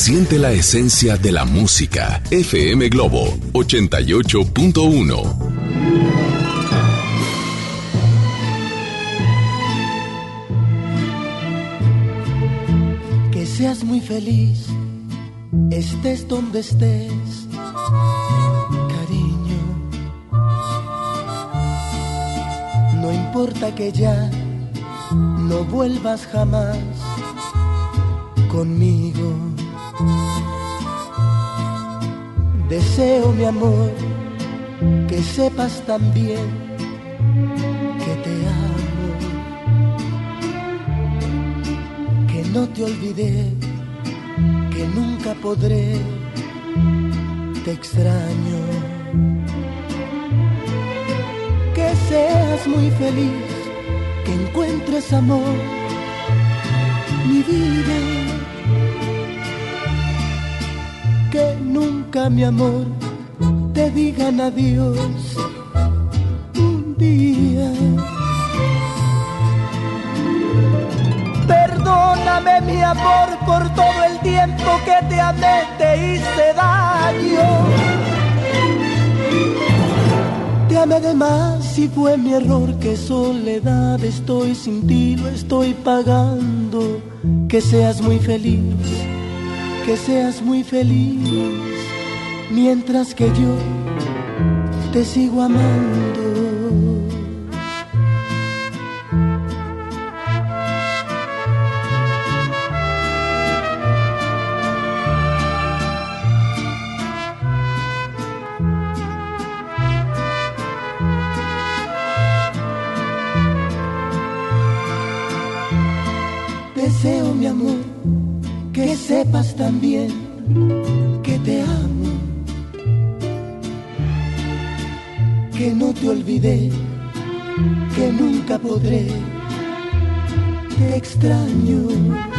Siente la esencia de la música. F M Globo ochenta y ocho punto uno. Que seas muy feliz, estés donde estés, cariño. No importa que ya no vuelvas jamás conmigo. Deseo, mi amor, que sepas también que te amo, que no te olvidé, que nunca podré, te extraño. Que seas muy feliz, que encuentres amor, mi vida. Que nunca, mi amor, te digan adiós un día. Perdóname, mi amor, por todo el tiempo que te amé, te hice daño. Te amé de más y fue mi error, que soledad estoy sin ti, lo estoy pagando. Que seas muy feliz, que seas muy feliz, mientras que yo te sigo amando. Deseo, mi amor, que sepas también que te amo, que no te olvidé, que nunca podré, te extraño.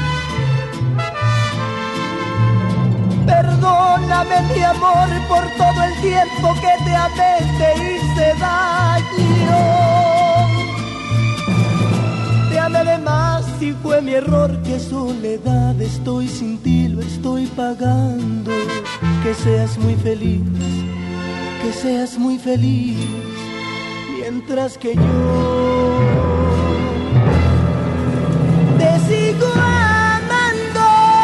Perdóname, mi amor, por todo el tiempo que te amé, te hice daño. Te amé de más y fue mi error, que soledad estoy sin ti, lo estoy pagando. Que seas muy feliz, que seas muy feliz, mientras que yo te sigo amando.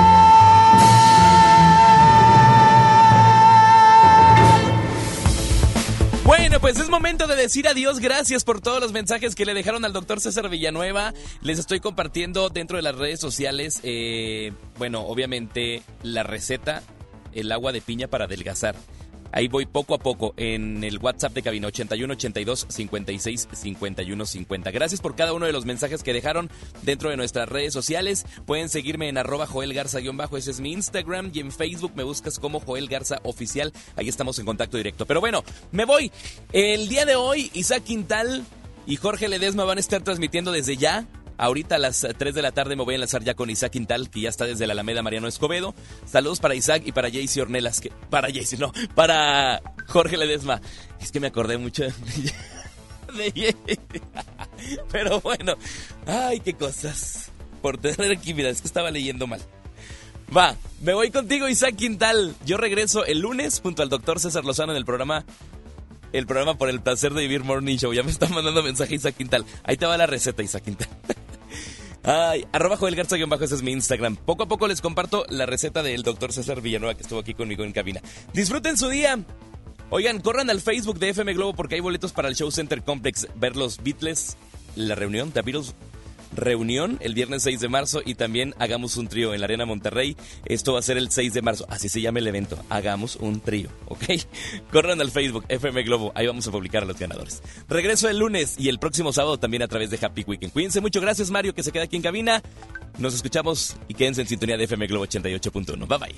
Bueno, pues es momento de decir adiós. Gracias por todos los mensajes que le dejaron al doctor César Villanueva. Les estoy compartiendo dentro de las redes sociales, eh, bueno, obviamente la receta, el agua de piña para adelgazar. Ahí voy poco a poco en el WhatsApp de cabina ochenta y uno, ochenta y dos, cincuenta y seis, cincuenta y uno, cincuenta. Gracias por cada uno de los mensajes que dejaron dentro de nuestras redes sociales. Pueden seguirme en arroba Joel Garza-bajo, ese es mi Instagram, y en Facebook me buscas como Joel Garza Oficial. Ahí estamos en contacto directo. Pero bueno, me voy. El día de hoy, Isaac Quintal y Jorge Ledesma van a estar transmitiendo desde ya. Ahorita a las tres de la tarde me voy a enlazar ya con Isaac Quintal, que ya está desde la Alameda Mariano Escobedo. Saludos para Isaac y para Jaycee Ornelas, que para Jaycee, no, para Jorge Ledesma. Es que me acordé mucho de, de pero bueno, ay, qué cosas por tener aquí, mira, es que estaba leyendo mal. Va, me voy contigo, Isaac Quintal. Yo regreso el lunes junto al doctor César Lozano en el programa El programa Por el Placer de Vivir Morning Show. Ya me está mandando mensaje Isaac Quintal. Ahí te va la receta, Isaac Quintal. Ay, arroba Joel Garza-bajo, ese es mi Instagram. Poco a poco les comparto la receta del doctor César Villanueva, que estuvo aquí conmigo en cabina. Disfruten su día. Oigan, corran al Facebook de F M Globo porque hay boletos para el Show Center Complex. Ver los Beatles, la reunión, The Beatles reunión el viernes seis de marzo, y también Hagamos un Trío en la Arena Monterrey. Esto va a ser el seis de marzo, así se llama el evento, Hagamos un Trío, ¿ok? Corran al Facebook F M Globo, ahí vamos a publicar a los ganadores. Regreso el lunes y el próximo sábado también a través de Happy Weekend. Cuídense mucho, gracias Mario que se queda aquí en cabina. Nos escuchamos y quédense en sintonía de F M Globo ochenta y ocho punto uno. Bye bye.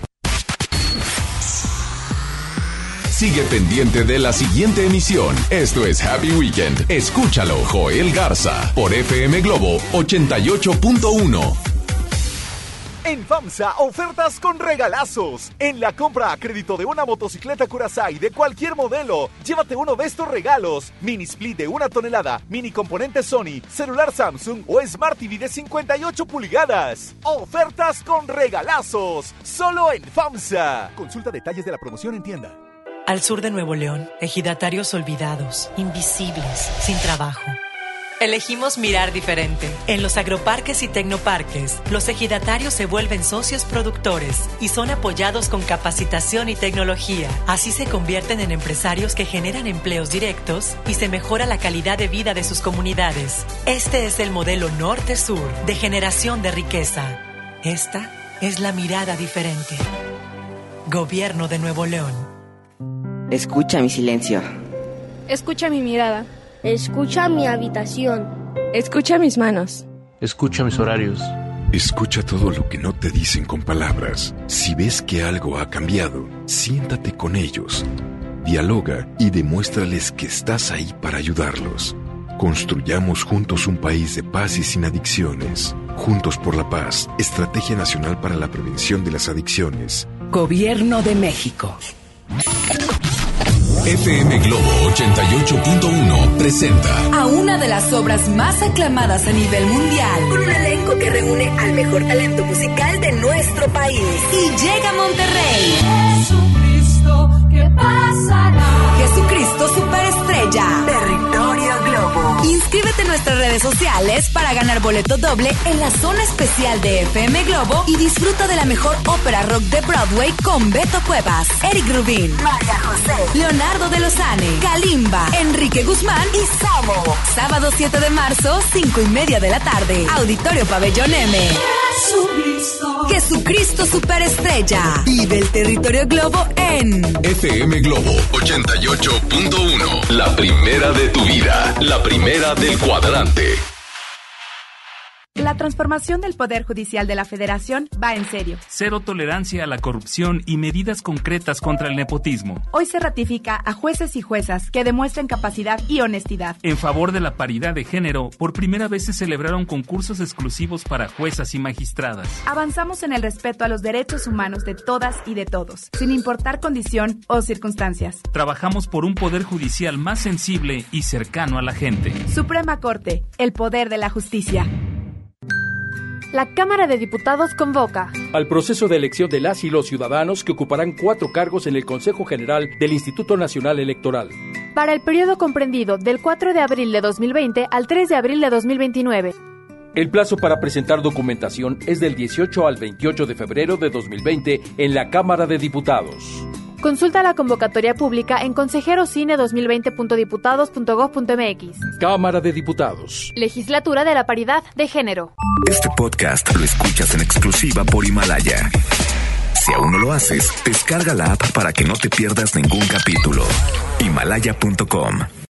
Sigue pendiente de la siguiente emisión. Esto es Happy Weekend. Escúchalo, Joel Garza, por F M Globo ochenta y ocho punto uno. En FAMSA, ofertas con regalazos. En la compra a crédito de una motocicleta Curaçao de cualquier modelo, llévate uno de estos regalos: mini split de una tonelada, mini componente Sony, celular Samsung o Smart T V de cincuenta y ocho pulgadas. Ofertas con regalazos, solo en FAMSA. Consulta detalles de la promoción en tienda. Al sur de Nuevo León, ejidatarios olvidados, invisibles, sin trabajo. Elegimos mirar diferente. En los agroparques y tecnoparques, los ejidatarios se vuelven socios productores y son apoyados con capacitación y tecnología. Así se convierten en empresarios que generan empleos directos y se mejora la calidad de vida de sus comunidades. Este es el modelo norte-sur de generación de riqueza. Esta es la mirada diferente. Gobierno de Nuevo León. Escucha mi silencio. Escucha mi mirada. Escucha mi habitación. Escucha mis manos. Escucha mis horarios. Escucha todo lo que no te dicen con palabras. Si ves que algo ha cambiado, siéntate con ellos. Dialoga y demuéstrales que estás ahí para ayudarlos. Construyamos juntos un país de paz y sin adicciones. Juntos por la Paz, Estrategia Nacional para la Prevención de las Adicciones. Gobierno de México. F M Globo ochenta y ocho punto uno presenta a una de las obras más aclamadas a nivel mundial, con un elenco que reúne al mejor talento musical de nuestro país. Y llega a Monterrey. Jesucristo, ¿qué pasará? Jesucristo Superestrella. Territorio Globo. Inscríbete en nuestras redes sociales para ganar boleto doble en la zona especial de F M Globo y disfruta de la mejor ópera rock de Broadway con Beto Cuevas, Eric Rubin, María José, Leonardo de Lozane, Kalimba, Enrique Guzmán y Samo. Sábado siete de marzo, cinco y media de la tarde. Auditorio Pabellón M. Jesucristo. Jesucristo Superestrella. Vive el Territorio Globo en F M Globo ochenta y ocho punto uno. La primera de tu vida. La primera del cuadrante. La transformación del Poder Judicial de la Federación va en serio. Cero tolerancia a la corrupción y medidas concretas contra el nepotismo. Hoy se ratifica a jueces y juezas que demuestren capacidad y honestidad. En favor de la paridad de género, por primera vez se celebraron concursos exclusivos para juezas y magistradas. Avanzamos en el respeto a los derechos humanos de todas y de todos, sin importar condición o circunstancias. Trabajamos por un Poder Judicial más sensible y cercano a la gente. Suprema Corte, el poder de la justicia. La Cámara de Diputados convoca al proceso de elección de las y los ciudadanos que ocuparán cuatro cargos en el Consejo General del Instituto Nacional Electoral. Para el periodo comprendido del cuatro de abril de dos mil veinte al tres de abril de dos mil veintinueve. El plazo para presentar documentación es del dieciocho al veintiocho de febrero de dos mil veinte en la Cámara de Diputados. Consulta la convocatoria pública en consejerocine dos mil veinte punto diputados punto gob punto mx. Cámara de Diputados. Legislatura de la Paridad de Género. Este podcast lo escuchas en exclusiva por Himalaya. Si aún no lo haces, descarga la app para que no te pierdas ningún capítulo. Himalaya punto com